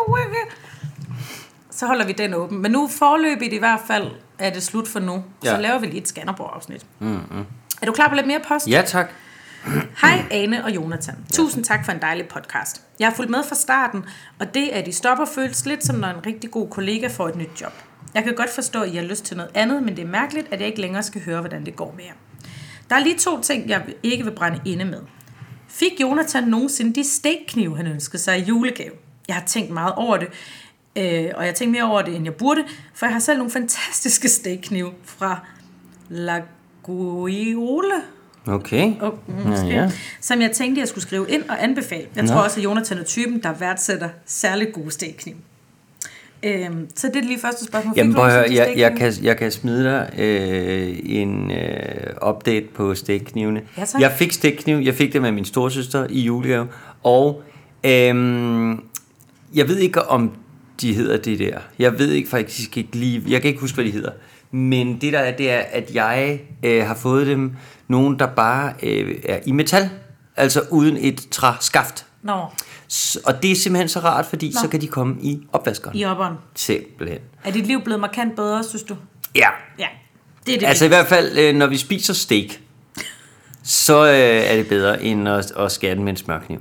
Så holder vi den åben. Men nu forløbigt i hvert fald er det slut for nu. Så laver vi lige et Skanderborg-afsnit. Er du klar på lidt mere post? Ja, tak. Hej Ane og Jonathan. Tusind tak for en dejlig podcast. Jeg har fulgt med fra starten, og det, at I stopper, føles lidt som når en rigtig god kollega får et nyt job. Jeg kan godt forstå, at I har lyst til noget andet, men det er mærkeligt, at jeg ikke længere skal høre, hvordan det går med jer. Der er lige 2 ting, jeg ikke vil brænde inde med. Fik Jonathan nogensinde de steakknive, han ønskede sig i julegave? Jeg har tænkt meget over det, og jeg tænkte mere over det, end jeg burde, for jeg har selv nogle fantastiske steakknive fra Laguiole. Okay. Ja. Som jeg tænkte, jeg skulle skrive ind og anbefale. Jeg tror også, at Jonathan er typen, der værdsætter særligt gode steakknive. Så det er lige første spørgsmål. Jamen prøv at høre, jeg kan smide dig en update på steakknivene. Ja, jeg fik steakkniv, jeg fik det med min storesøster i julegave, og jeg ved ikke om de hedder det der. Jeg ved ikke faktisk ikke lige, jeg kan ikke huske hvad de hedder. Men det der er, det er, at jeg har fået dem nogen der bare er i metal, altså uden et træskaft. Nå. Og det er simpelthen så rart, fordi så kan de komme i opvaskeren. I opperen. Simpelthen. Er dit liv blevet markant bedre, synes du? Ja. Ja. Det er det. Altså i hvert fald, når vi spiser steak, så er det bedre end at skære den med en smørkniv.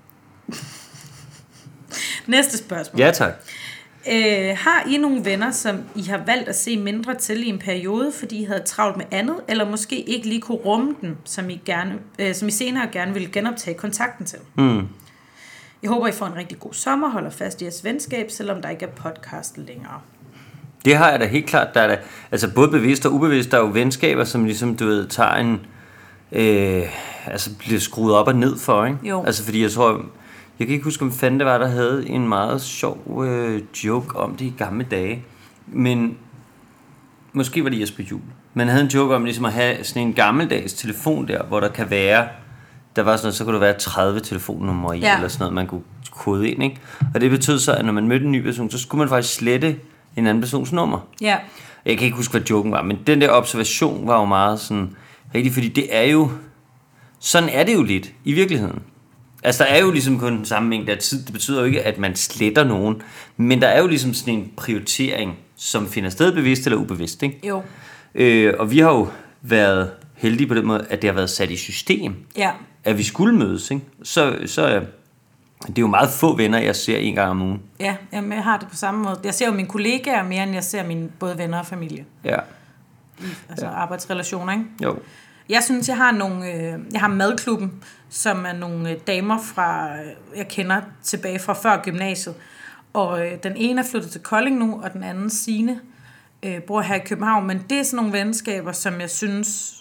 Næste spørgsmål. Ja, tak. Har I nogle venner, som I har valgt at se mindre til i en periode, fordi I havde travlt med andet, eller måske ikke lige kunne rumme den, som I senere gerne ville genoptage kontakten til? Jeg håber, I får en rigtig god sommer, holder fast i jeres venskab, selvom der ikke er podcast længere. Det har jeg da helt klart. Der er da, altså både bevidst og ubevidst, der er jo venskaber, som ligesom, du ved, tager en... bliver skruet op og ned for, ikke? Jo. Altså fordi jeg tror... Jeg kan ikke huske, om fanden det var, der havde en meget sjov joke om det i gamle dage. Men måske var det Jesper Juhl. Man havde en joke om ligesom at have sådan en gammeldags telefon der, hvor der kan være... Der var sådan noget, så kunne der være 30 telefonnumre i, eller sådan noget, man kunne kode ind, ikke? Og det betød så, at når man mødte en ny person, så skulle man faktisk slette en anden persons nummer. Ja. Jeg kan ikke huske, hvad joken var, men den der observation var jo meget sådan rigtig, fordi det er jo... Sådan er det jo lidt i virkeligheden. Altså, der er jo ligesom kun den samme mængde af tid. Det betyder jo ikke, at man sletter nogen. Men der er jo ligesom sådan en prioritering, som finder sted bevidst eller ubevidst, ikke? Jo. Og vi har jo været heldige på den måde, at det har været sat i system. Ja. At vi skulle mødes, ikke? Så det er jo meget få venner, jeg ser en gang om ugen. Ja, jamen, jeg har det på samme måde. Jeg ser jo mine kollegaer mere, end jeg ser mine både venner og familie. Ja. Altså arbejdsrelationer, ikke? Jo. Jeg synes, jeg har Madklubben, som er nogle damer fra, jeg kender tilbage fra før gymnasiet. Og den ene er flyttet til Kolding nu, og den anden, Signe, bor her i København. Men det er sådan nogle venskaber, som jeg synes,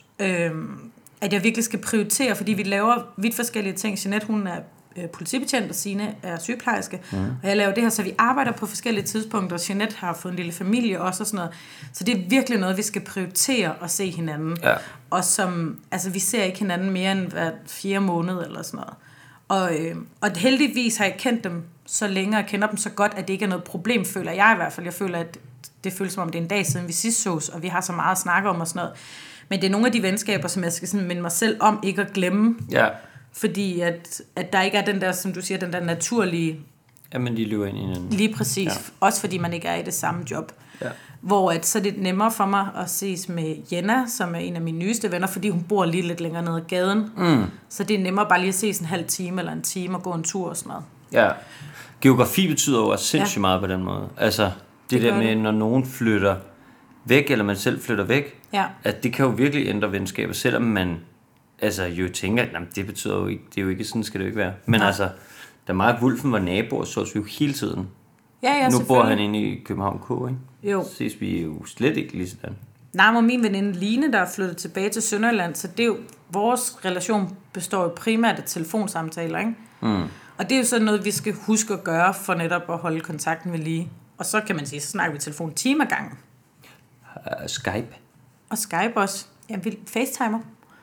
at jeg virkelig skal prioritere, fordi vi laver vidt forskellige ting. Jeanette, hun er politibetjent, og Signe er sygeplejerske. Og jeg laver det her, så vi arbejder på forskellige tidspunkter, og Jeanette har fået en lille familie også og sådan noget. Så det er virkelig noget, vi skal prioritere at se hinanden. Ja. Og som, altså vi ser ikke hinanden mere end hver 4 måned eller sådan noget. Og heldigvis har jeg kendt dem så længe, og kender dem så godt, at det ikke er noget problem, føler jeg i hvert fald. Jeg føler, at det føles som om det er en dag siden vi sidst sås, og vi har så meget at snakke om og sådan noget. Men det er nogle af de venskaber, som jeg skal sådan minde mig selv om ikke at glemme. Ja. Fordi at der ikke er den der, som du siger, den der naturlige... Jamen, de løber ind i hinanden. Lige præcis. Ja. Også fordi man ikke er i det samme job. Ja. Hvor så er det nemmere for mig at ses med Jenna, som er en af mine nyeste venner, fordi hun bor lige lidt længere nede ad gaden. Så det er nemmere bare lige at ses en halv time eller en time og gå en tur og sådan noget. Ja. Geografi betyder jo også sindssygt meget på den måde. Altså, det der med, når nogen flytter væk, eller man selv flytter væk, at det kan jo virkelig ændre venskaber, selvom man jo tænker, at det betyder jo ikke, det er jo ikke sådan, skal det jo ikke være. Men altså, da mig og Wulfen var naboer, så vi jo hele tiden. Ja, nu bor han inde i København K, ikke? Jo. Så ses vi jo slet ikke lige sådan. Nej, men min veninde Line, der er flyttet tilbage til Sønderjylland, så det er jo, vores relation består jo primært af telefonsamtaler, ikke? Og det er jo sådan noget, vi skal huske at gøre, for netop at holde kontakten ved lige. Og så kan man sige, så snakker vi telefon timer gangen. Skype. Og Skype også. Ja, vi FaceTimer.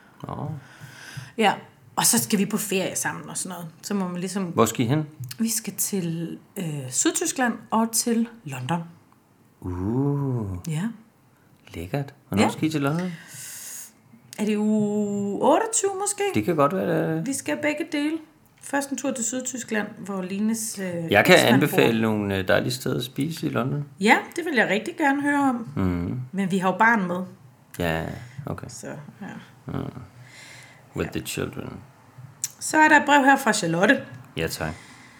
Ja, og så skal vi på ferie sammen og sådan noget. Så må man ligesom... Hvor skal I hen? Vi skal til Sydtyskland og til London. Ja. Lækkert. Hvornår skal I til London? Er det uge 28 måske? Det kan godt være det. Vi skal begge dele. Først en tur til Sydtyskland, hvor Lines jeg kan anbefale nogle dejlige steder at spise i London. Ja, det vil jeg rigtig gerne høre om. Men vi har jo barn med. Ja, okay. Så, ja. With the children. Så er der et brev her fra Charlotte. Ja, tak.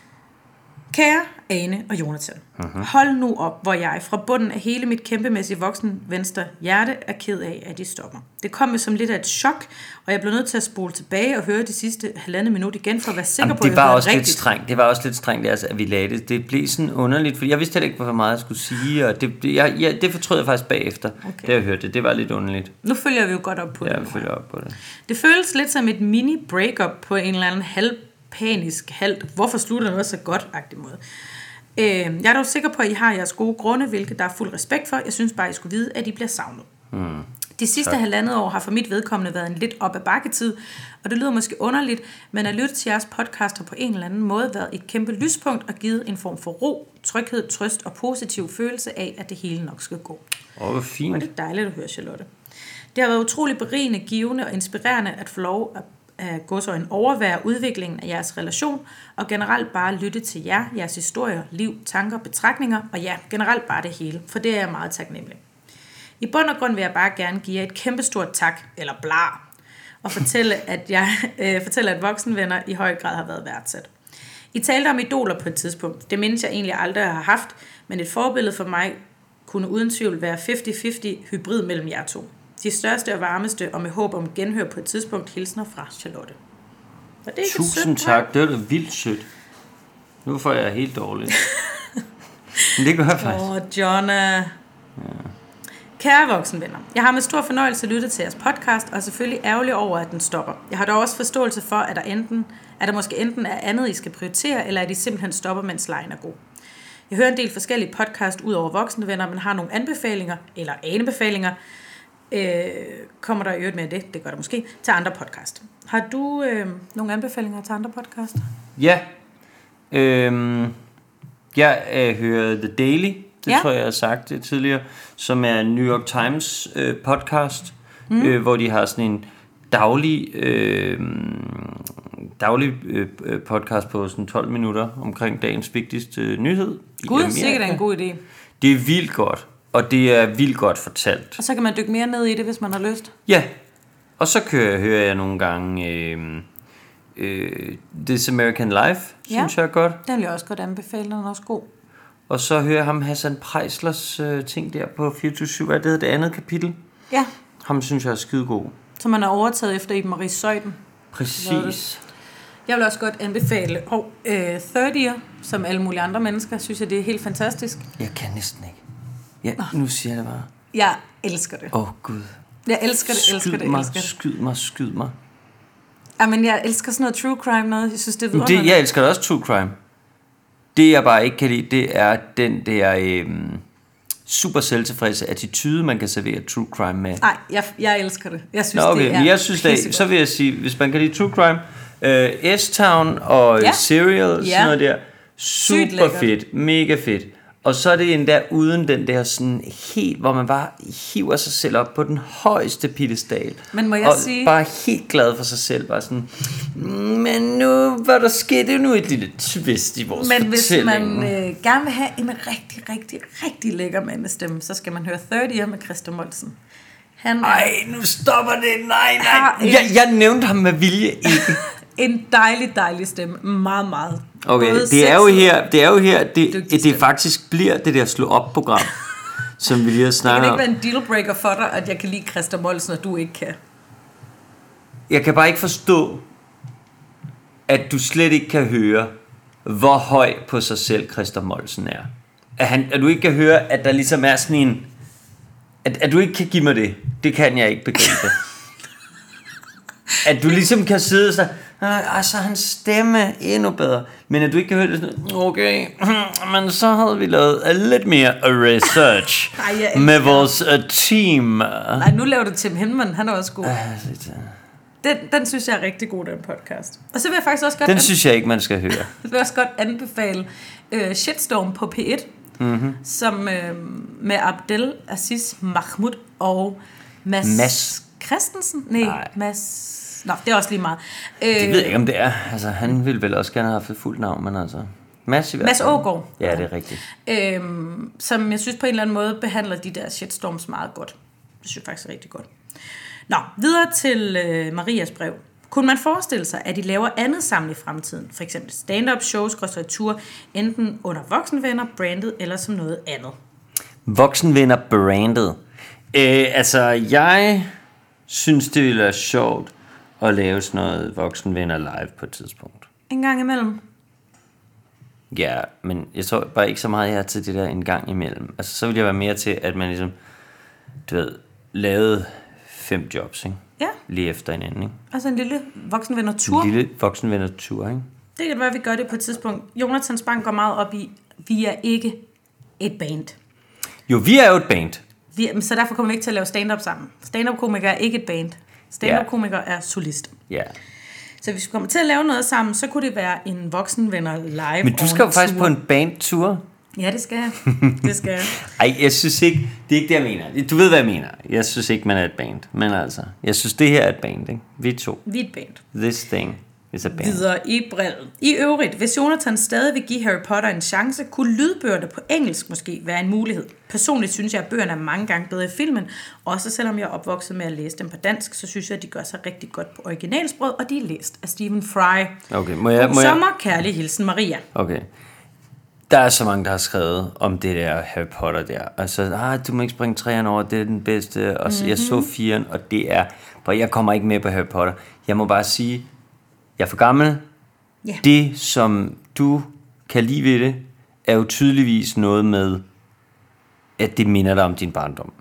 Kære Ane og Jonathan, hold nu op, hvor jeg fra bunden af hele mit kæmpemæssige voksen venstre hjerte er ked af, at de stopper. Det kom jo som lidt af et chok, og jeg blev nødt til at spole tilbage og høre de sidste 1,5 minut igen, for at være sikker på, at det var også rigtigt. Lidt strengt. Det var også lidt strengt, altså, at vi lagde det. Det blev sådan underligt, for jeg vidste heller ikke, hvor meget jeg skulle sige, og det fortrød jeg faktisk bagefter, da jeg hørte det. Det var lidt underligt. Nu følger vi jo godt op på det. Ja, vi følger op på det. Det føles lidt som et mini-breakup på en eller anden panisk halvt. Hvorfor slutter noget så godt-agtig måde? Jeg er dog sikker på, at I har jeres gode grunde, hvilket der er fuld respekt for. Jeg synes bare, I skulle vide, at I bliver savnet. De sidste 1,5 år har for mit vedkommende været en lidt op ad bakketid, og det lyder måske underligt, men at lytte til jeres podcast har på en eller anden måde været et kæmpe lyspunkt og givet en form for ro, tryghed, trøst og positiv følelse af, at det hele nok skal gå. Hvor fint. Og det er dejligt at høre, Charlotte. Det har været utrolig berigende, givende og inspirerende at få lov at gå så en overvære udviklingen af jeres relation, og generelt bare lytte til jer, jeres historier, liv, tanker, betragtninger, og ja, generelt bare det hele, for det er jeg meget taknemmelig. I bund og grund vil jeg bare gerne give jer et kæmpestort tak, eller blar, og fortælle, at voksenvenner i høj grad har været værdsat. I talte om idoler på et tidspunkt. Det mindes jeg egentlig aldrig har haft, men et forbillede for mig kunne uden tvivl være 50-50 hybrid mellem jer to. De største og varmeste, og med håb om genhør på et tidspunkt, hilsner fra Charlotte. Og det er Tusind tak, det var da vildt sødt. Nu får jeg helt dårligt. Men det gør jeg faktisk. Jonna. Ja. Kære voksenvenner, jeg har med stor fornøjelse lyttet til jeres podcast, og er selvfølgelig ærgerlig over, at den stopper. Jeg har dog også forståelse for, at der måske enten er andet, I skal prioritere, eller at I simpelthen stopper, mens lejen er god. Jeg hører en del forskellige podcast ud over voksenvenner, men har nogle anbefalinger, eller anebefalinger, kommer der i øvrigt med det gør der måske, til andre podcast. Har du nogle anbefalinger til andre podcast? Ja. Jeg hører The Daily, det tror jeg har sagt det tidligere, som er en New York Times podcast, hvor de har sådan en daglig podcast på sådan 12 minutter omkring dagens vigtigste nyhed. Gud, sikkert er en god idé. Det er vildt godt. Og det er vildt godt fortalt. Og så kan man dykke mere ned i det, hvis man har lyst. Ja. Og så hører jeg nogle gange This American Life, synes jeg er godt. Den vil jeg også godt anbefale, den er også god. Og så hører jeg ham Hassan Preislers ting der på 24/7. Hvad det hedder det andet kapitel? Ja. Ham synes jeg er skidegod. Så man er overtaget efter Iben Marie Zeuthen. Præcis. Jeg vil også godt anbefale 30'er, som alle mulige andre mennesker, synes jeg, det er helt fantastisk. Jeg kan næsten ikke. Ja, nu siger jeg det bare. Jeg elsker det. Gud. Jeg elsker det. Skyd mig. Jamen, jeg elsker sådan noget true crime noget. Jeg synes, det er vidunderligt. Jeg elsker også true crime. Det, jeg bare ikke kan lide, det er den der super selvtilfredse attitude, man kan servere true crime med. Nej, jeg elsker det. Jeg synes, det er jeg synes det, så vil jeg sige, hvis man kan lide true crime, S-Town og Serial, sådan noget der, super fedt, mega fedt. Og så er det endda uden den der sådan helt, hvor man bare hiver sig selv op på den højeste piedestal. Men må jeg sige... bare helt glad for sig selv, bare sådan, men nu var der skete nu et lille twist i vores fortælling. Men hvis man gerne vil have en rigtig, rigtig, rigtig lækker mandestemme, så skal man høre 30'er med Christa Moldsen. Ej, nu stopper det, nej. Jeg nævnte ham med vilje ikke. En dejlig stemme, meget, meget. Okay, det er jo her, det faktisk bliver det der slå op program, som vi lige har snakket om. Det kan ikke være en dealbreaker for dig, at jeg kan lide Christa Moldsen, og du ikke kan. Jeg kan bare ikke forstå, at du slet ikke kan høre, hvor høj på sig selv Christa Moldsen er. At du ikke kan høre, at der ligesom er sådan en... At du ikke kan give mig det. Det kan jeg ikke begribe. At du ligesom kan sidde sådan... Altså hans stemme endnu bedre. Men at du ikke kan høre det sådan, okay, men så havde vi lavet lidt mere research med vores team. Nej, nu laver du Tim Henman, han er også god. Den synes jeg er rigtig god, den podcast. Og så vil jeg faktisk også godt... Den synes jeg ikke, man skal høre. Jeg vil også godt anbefale Shitstorm på P1, som med Abdel Aziz Mahmoud og Mads Christensen. Nej, Mads... Nå, det er også lige meget. Det ved jeg ikke, om det er. Altså, han ville vel også gerne have haft et fuldt navn, men altså... Mads Aagaard. Ja, det er rigtigt. Som jeg synes på en eller anden måde behandler de der shitstorms meget godt. Det synes jeg faktisk er rigtig godt. Nå, videre til Marias brev. Kunne man forestille sig, at I laver andet sammen i fremtiden? For eksempel stand-up shows, tour, enten under Voksenvenner, brandet eller som noget andet? Voksenvenner, brandet. Altså, jeg synes, det ville være sjovt at lave sådan noget Voksenvenner live på et tidspunkt. En gang imellem? Ja, men jeg tror bare ikke så meget, jeg er til det der en gang imellem. Altså, så vil jeg være mere til, at man ligesom, du ved, lavede 5 jobs, ikke? Ja. Lige efter hinanden, ikke? Altså en lille Voksenvenner-tur. En lille Voksenvenner-tur, ikke? Det kan være, vi gør det på et tidspunkt. Jonathans Bang går meget op i, vi er ikke et band. Jo, vi er jo et band. Så derfor kommer vi ikke til at lave stand-up sammen. Stand-up-komikere er ikke et band. Stand-up-komikere er solist. Ja. Så hvis vi kommer til at lave noget sammen, så kunne det være en Voksenvenner live. Men du skal jo faktisk på en bandtur. Ja, det skal jeg. Det skal jeg. Ej, jeg synes ikke, det er ikke det, jeg mener. Du ved, hvad jeg mener. Jeg synes ikke, man er et band. Men altså, jeg synes, det her er et band, ikke? Vi to. Vi er et band. This thing is a band. Videre i brillen. I øvrigt, hvis Jonathan stadig vil give Harry Potter en chance, kunne lydbøgerne på engelsk måske være en mulighed. Personligt synes jeg, at bøgerne er mange gange bedre i filmen. Også selvom jeg er opvokset med at læse dem på dansk, så synes jeg, at de gør sig rigtig godt på originalsproget, og de er læst af Stephen Fry. Okay, Sommer, kærlig hilsen, Maria. Okay. Der er så mange, der har skrevet om det der Harry Potter der. Altså, du må ikke springe 3'eren over, det er den bedste. Og jeg så 4'eren, og det er... For jeg kommer ikke med på Harry Potter. Jeg må bare sige, jeg er for gammel. Yeah. Det, som du kan lide ved det, er jo tydeligvis noget med, at det minder dig om din barndom.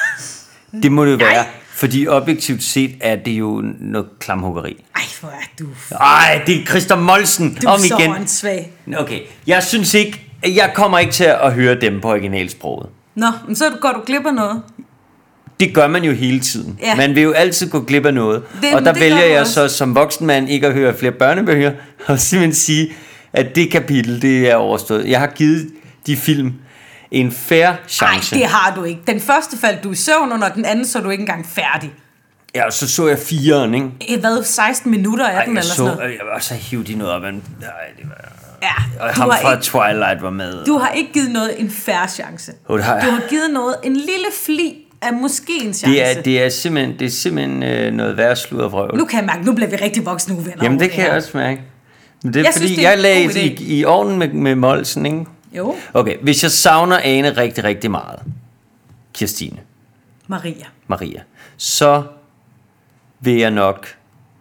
Det må det jo være. Fordi objektivt set er det jo noget klamhuggeri. Ej, hvor er du... Ej, det er Christer Molsen. Du er så åndssvag. Okay, jeg synes ikke... Jeg kommer ikke til at høre dem på originalsproget. Nå, men så går du glip af noget. Det gør man jo hele tiden. Ja. Man vil jo altid gå glip af noget. Og der vælger jeg så som voksenmand ikke at høre flere børnebøger, og simpelthen sige, at det kapitel, det er overstået. Jeg har givet de film en fair chance. Nej, det har du ikke. Den første faldt du i søvn, og den anden så du ikke engang færdig. Ja, og så jeg 4'eren, ikke? Hvad, 16 minutter af den, eller sådan noget? Jeg var så hivet i noget op, men... Nej, det var... Ja, og ham fra Twilight var med. Du har ikke givet noget en fair chance. Du har givet noget en lille fli af måske en chance. Det er simpelthen noget værre sluddervrøvl. Nu kan jeg mærke, nu bliver vi rigtig voksne uvenner. Jamen det kan jeg også mærke. Men det er fordi, jeg lagde i ovnen med Molsen, ikke? Jo. Okay, hvis jeg savner Ane rigtig, rigtig meget, Kirstine. Maria. Så vil jeg nok...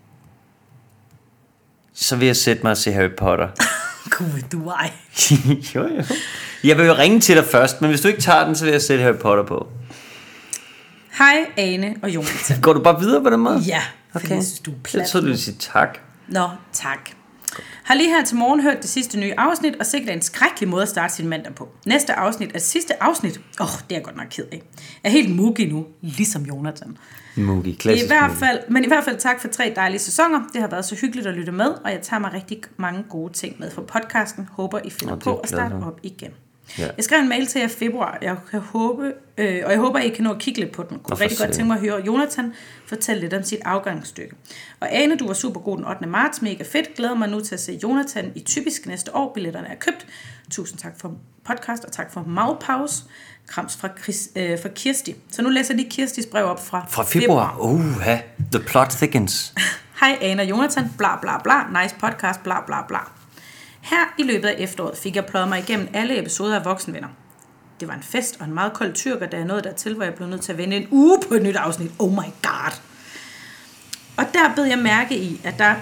Så vil jeg sætte mig og se Harry Potter. Gud, du ej. Jo. Jeg vil jo ringe til dig først, men hvis du ikke tager den, så vil jeg sætte Harry Potter på. Hej, Ane og Jonathan. Går du bare videre på den måde? Ja, okay. Jeg synes, du er plat. Så du vil sige tak. Nå, tak. Har lige her til morgen hørt det sidste nye afsnit, og sikkert en skrækkelig måde at starte sin mandag på. Næste afsnit er sidste afsnit. Det er jeg godt nok ked af. Jeg er helt muggy nu, ligesom Jonathan. Muggy, klassisk i hvert fald tak for 3 dejlige sæsoner. Det har været så hyggeligt at lytte med, og jeg tager mig rigtig mange gode ting med fra podcasten. Håber, I finder på at starte op igen. Ja. Jeg skrev en mail til jer i februar, jeg håber, I kan nå at kigge lidt på den. Kunne rigtig godt tænke mig at høre Jonathan fortælle lidt om sit afgangsstykke. Og Ane, du var super god den 8. marts, mega fedt. Glæder mig nu til at se Jonathan i Typisk næste år. Billetterne er købt. Tusind tak for podcast, og tak for magpause. Krams fra Kirsti. Så nu læser jeg lige Kirstis brev op fra februar. The plot thickens. Hej Ane og Jonathan, bla bla bla, nice podcast, bla bla bla. Her i løbet af efteråret fik jeg pløjet mig igennem alle episoder af Voksenvenner. Det var en fest og en meget kold tyrker, da jeg nåede dertil, hvor jeg blev nødt til at vente en uge på et nyt afsnit. Oh my god. Og der bed jeg mærke i,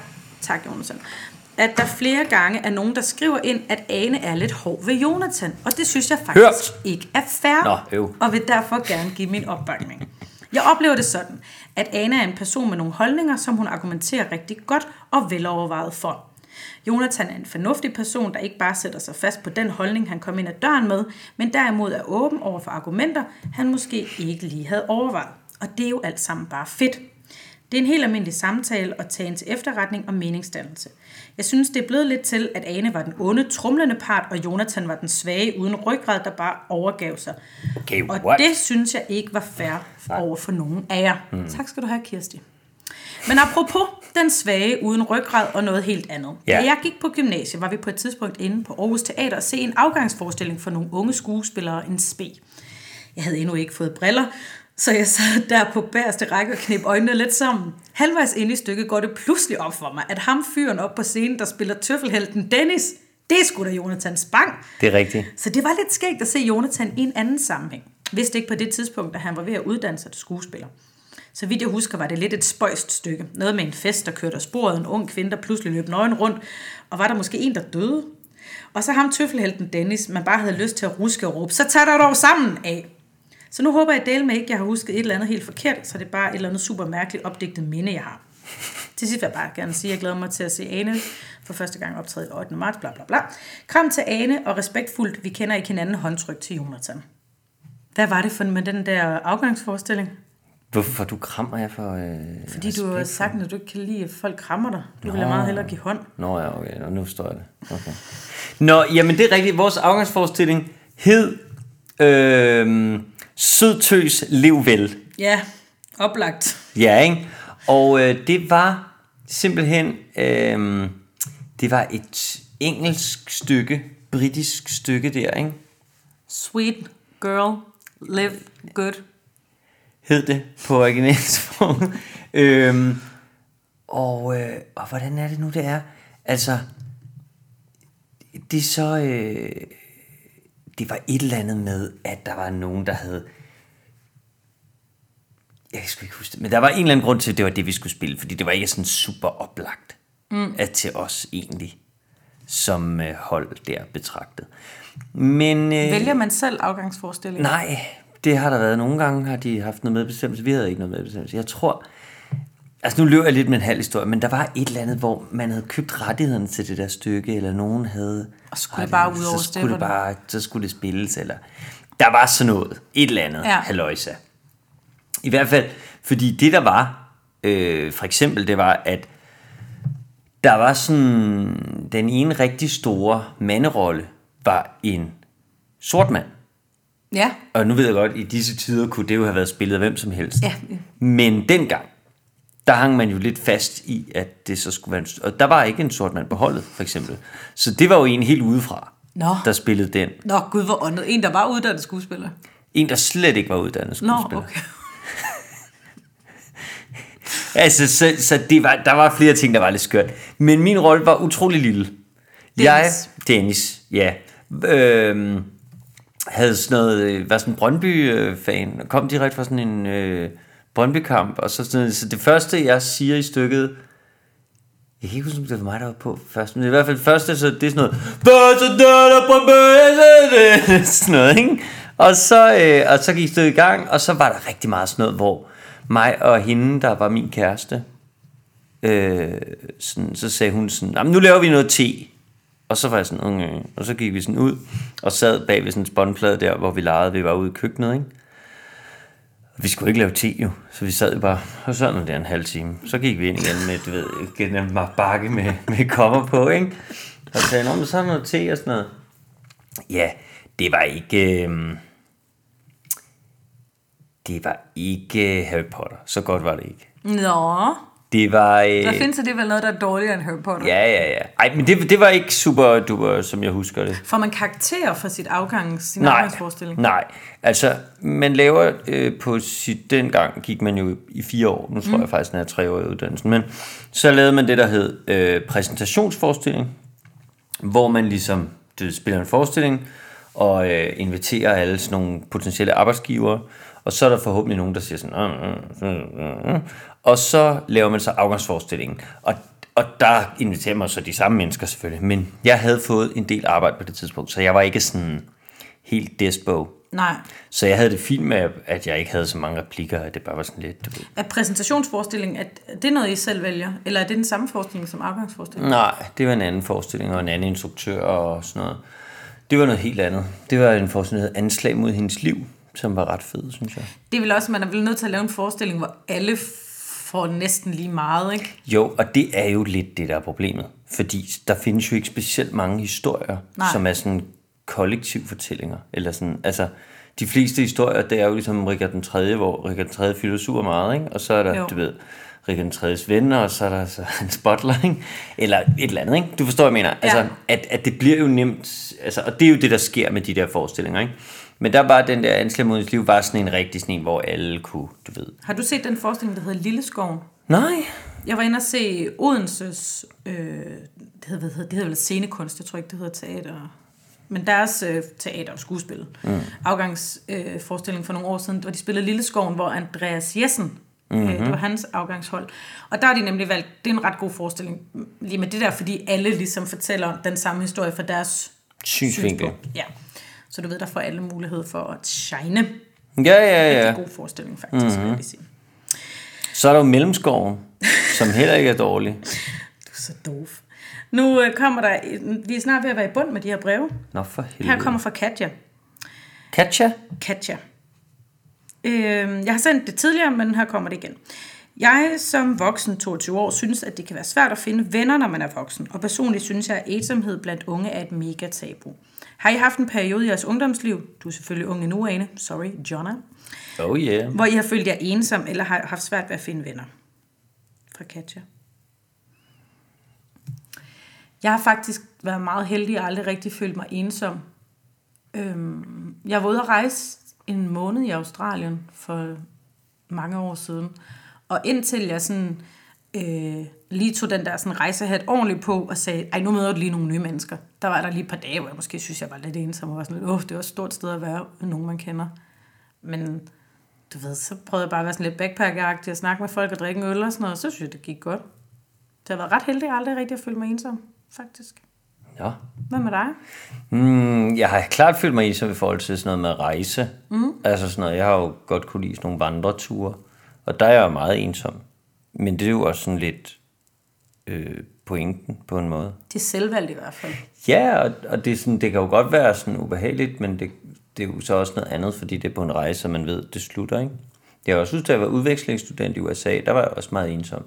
at der flere gange er nogen, der skriver ind, at Ane er lidt hård ved Jonathan. Og det synes jeg faktisk ikke er fair, og vil derfor gerne give min opbakning. Jeg oplever det sådan, at Ane er en person med nogle holdninger, som hun argumenterer rigtig godt og velovervejet for. Jonathan er en fornuftig person, der ikke bare sætter sig fast på den holdning, han kom ind ad døren med, men derimod er åben over for argumenter, han måske ikke lige havde overvejet. Og det er jo alt sammen bare fedt. Det er en helt almindelig samtale at tage ind til efterretning og meningsdannelse. Jeg synes, det er blevet lidt til, at Ane var den onde, tromlende part, og Jonathan var den svage, uden ryggrad, der bare overgav sig. Okay, og det synes jeg ikke var fair over for nogen af jer. Tak skal du have, Kirsti. Men apropos den svage uden ryggrad og noget helt andet. Da jeg gik på gymnasiet, var vi på et tidspunkt inde på Aarhus Teater og se en afgangsforestilling for nogle unge skuespillere, en spe. Jeg havde endnu ikke fået briller, Så jeg sad der på bagerste række og knep øjnene lidt sammen. Halvvejs inde i stykket går det pludselig op for mig, at ham fyren op på scenen, der spiller tøffelhelten Dennis, det er sgu da Jonathan Spang. Det er rigtigt. Så det var lidt skægt at se Jonathan i en anden sammenhæng. Vidste ikke på det tidspunkt, at han var ved at uddanne sig til skuespiller. Så vidt jeg husker, var det lidt et spøjst stykke. Noget med en fest, der kørte af sporet, en ung kvinde, der pludselig løb nøgen rundt, og var der måske en, der døde. Og så ham tøffelhelten Dennis, man bare havde lyst til at ruske og råbe, så tag dig dog sammen af. Så nu håber jeg dele med ikke, jeg har husket et eller andet helt forkert, så det er bare et eller andet super mærkeligt opdigtet minde, jeg har. Til sidst vil jeg bare gerne sige, at jeg glæder mig til at se Ane for første gang optræde 8. marts, bla bla bla. Kram til Ane, og respektfuldt, vi kender ikke hinanden, håndtryk til Jonathan. Hvad var det for med den der afgangsforestilling? Hvorfor du krammer jeg for... Fordi du har sagt, at du ikke kan lide, at folk krammer dig. Du vil meget hellere give hånd. Nå ja, okay. Nu forstår jeg det. Okay. Nå, jamen det er rigtigt. Vores afgangsforestilling hed Sødtøs lev vel. Ja, oplagt. Ja, ikke? Og det var simpelthen... det var et engelsk stykke, britisk stykke der, ikke? Sweet girl, live good. Hed det på originalsproget. Og hvordan er det nu, det er? Altså, det er så... det var et eller andet med, at der var nogen, der havde... Jeg kan sgu ikke huske det, men der var en eller anden grund til, at det var det, vi skulle spille, fordi det var ikke sådan super oplagt til os egentlig, som hold der betragtet. Men... Vælger man selv afgangsforestillinger? Nej, det har der været. Nogle gange har de haft noget medbestemmelse. Vi havde ikke noget medbestemmelse. Jeg tror... Altså nu løber jeg lidt med en halv historie, men der var et eller andet, hvor man havde købt rettighederne til det der stykke, eller nogen havde... Og skulle det bare ud over stepperne? Så skulle det spilles, eller... Der var sådan noget. Et eller andet. Ja. Halløjsa. I hvert fald, fordi det der var, for eksempel, det var, at der var sådan... Den ene rigtig store manderolle var en sort mand. Ja. Og nu ved jeg godt, i disse tider kunne det jo have været spillet af hvem som helst. Ja. Men dengang, der hang man jo lidt fast i, at det så skulle være og der var ikke en sort mand på holdet, for eksempel. Så det var jo en helt udefra, der spillede den. Nå, gud, hvor åndet. En, der var uddannet skuespiller. En, der slet ikke var uddannet skuespiller. Nå, okay. Altså, så det var, der var flere ting, der var lidt skørt. Men min rolle var utrolig lille. Dennis, ja. Havde sådan noget, var sådan en Brøndby-fan, og kom direkte fra sådan en Brøndby-kamp, og så det første, jeg siger i stykket, jeg kan ikke huske, om det var mig, der var på først, men i hvert fald det første, så det er sådan noget, sådan noget, ikke? Og så gik stykket i gang, og så var der rigtig meget sådan noget, hvor mig og hende, der var min kæreste, så sagde hun sådan, nu laver vi noget te. Og så var jeg sådan, okay. Og så gik vi sådan ud og sad bag ved sådan en spåndplade der, hvor vi legede. Vi var ude i køkkenet, ikke? Og vi skulle ikke lave te jo, så vi sad jo bare og sad der en halv time. Så gik vi ind igen med, du ved, en bakke med kopper på, ikke? Og så sagde jeg, så er der noget te og sådan noget. Ja, det var ikke Harry Potter. Så godt var det ikke. Nå. Det var... Der findes det vel noget, der er dårligere end Harry Potter. Ja. Ej, men det var ikke super duper, som jeg husker det. Får man karakterer for sin afgangsforestilling? Nej. Altså, man laver på dengang gik man jo i 4 år. Nu tror jeg faktisk, den er 3 år i uddannelsen. Men så lavede man det, der hed præsentationsforestilling, hvor man ligesom spiller en forestilling og inviterer alle sådan nogle potentielle arbejdsgivere. Og så er der forhåbentlig nogen, der siger sådan... Og så laver man så afgangsforestillingen. Og der inviterer man så de samme mennesker selvfølgelig. Men jeg havde fået en del arbejde på det tidspunkt, så jeg var ikke sådan helt despo. Nej. Så jeg havde det fint med, at jeg ikke havde så mange replikker, at det bare var sådan lidt... Er præsentationsforestillingen, er det noget, I selv vælger? Eller er det den samme forestilling som afgangsforestilling? Nej, det var en anden forestilling og en anden instruktør og sådan noget. Det var noget helt andet. Det var en forestilling, der hed Anslag mod hendes liv, som var ret fed, synes jeg. Det er vel også, man er vel nødt til at lave en forestilling, hvor alle får næsten lige meget, ikke? Jo, og det er jo lidt det, der er problemet. Fordi der findes jo ikke specielt mange historier, som er sådan kollektiv fortællinger. Eller sådan, altså, de fleste historier, det er jo ligesom Richard den 3., hvor Richard den 3. fylder super meget, ikke? Og så er der, du ved, Richard den 3.'s venner, og så er der så hans butler, ikke? Eller et eller andet, ikke? Du forstår, hvad jeg mener? Altså, at det bliver jo nemt, altså, og det er jo det, der sker med de der forestillinger, ikke? Men der var den der Ansel Modens Liv, var sådan en rigtig sådan en, hvor alle kunne, du ved. Har du set den forestilling, der hedder Lilleskoven? Nej. Jeg var inde og se Odenses, det hedder vel scenekunst, jeg tror ikke, det hedder teater, men deres teater og skuespil. Afgangsforestilling for nogle år siden, hvor de spillede Lilleskoven, hvor Andreas Jessen, det var hans afgangshold. Og der har de nemlig valgt, det er en ret god forestilling, lige med det der, fordi alle ligesom fortæller den samme historie fra deres synsvinkel. Ja. Så du ved, der får alle mulighed for at shine. Ja. En god forestilling, faktisk, vil jeg sige. Så er der jo Mellemskoven, som heller ikke er dårlig. Du er så doof. Nu kommer der, vi er snart ved at være i bund med de her breve. Nå for helvede. Her kommer fra Katja. Katja. Jeg har sendt det tidligere, men her kommer det igen. Jeg som voksen 22 år synes, at det kan være svært at finde venner, når man er voksen. Og personligt synes jeg, at ensomhed blandt unge er et mega tabu. Har I haft en periode i jeres ungdomsliv? Du er selvfølgelig unge nu, Ane. Sorry, Jonna. Oh yeah. Hvor I har følt jer ensom, eller har haft svært ved at finde venner? Fra Katja. Jeg har faktisk været meget heldig og aldrig rigtig følt mig ensom. Jeg var ude at rejse en måned i Australien for mange år siden. Og indtil jeg sådan, lige tog den der sådan rejsehat ordentligt på og sagde, ej, nu møder du lige nogle nye mennesker. Der var der lige et par dage, hvor jeg måske synes, jeg var lidt ensom og var sådan lidt, det var et stort sted at være med nogen, man kender. Men du ved, så prøvede jeg bare at være sådan lidt backpacker-agtig og snakke med folk og drikke en øl og sådan noget, og så synes jeg, det gik godt. Så jeg har været ret heldig, og aldrig rigtig at føle mig ensom, faktisk. Ja. Hvad med dig? Jeg har klart følt mig ensom i forhold til sådan noget med rejse. Altså sådan noget, jeg har jo godt kunne lide sådan nogle vandreture, og der er jeg jo meget ensom. Men det er jo også sådan lidt pointen på en måde. Det er selvvalgt i hvert fald. Ja, og det, er sådan, det kan jo godt være sådan ubehageligt, men det er jo så også noget andet, fordi det er på en rejse, og man ved, det slutter, ikke? Jeg har også synes, da jeg var udvekslingsstudent i USA, der var jeg også meget ensom.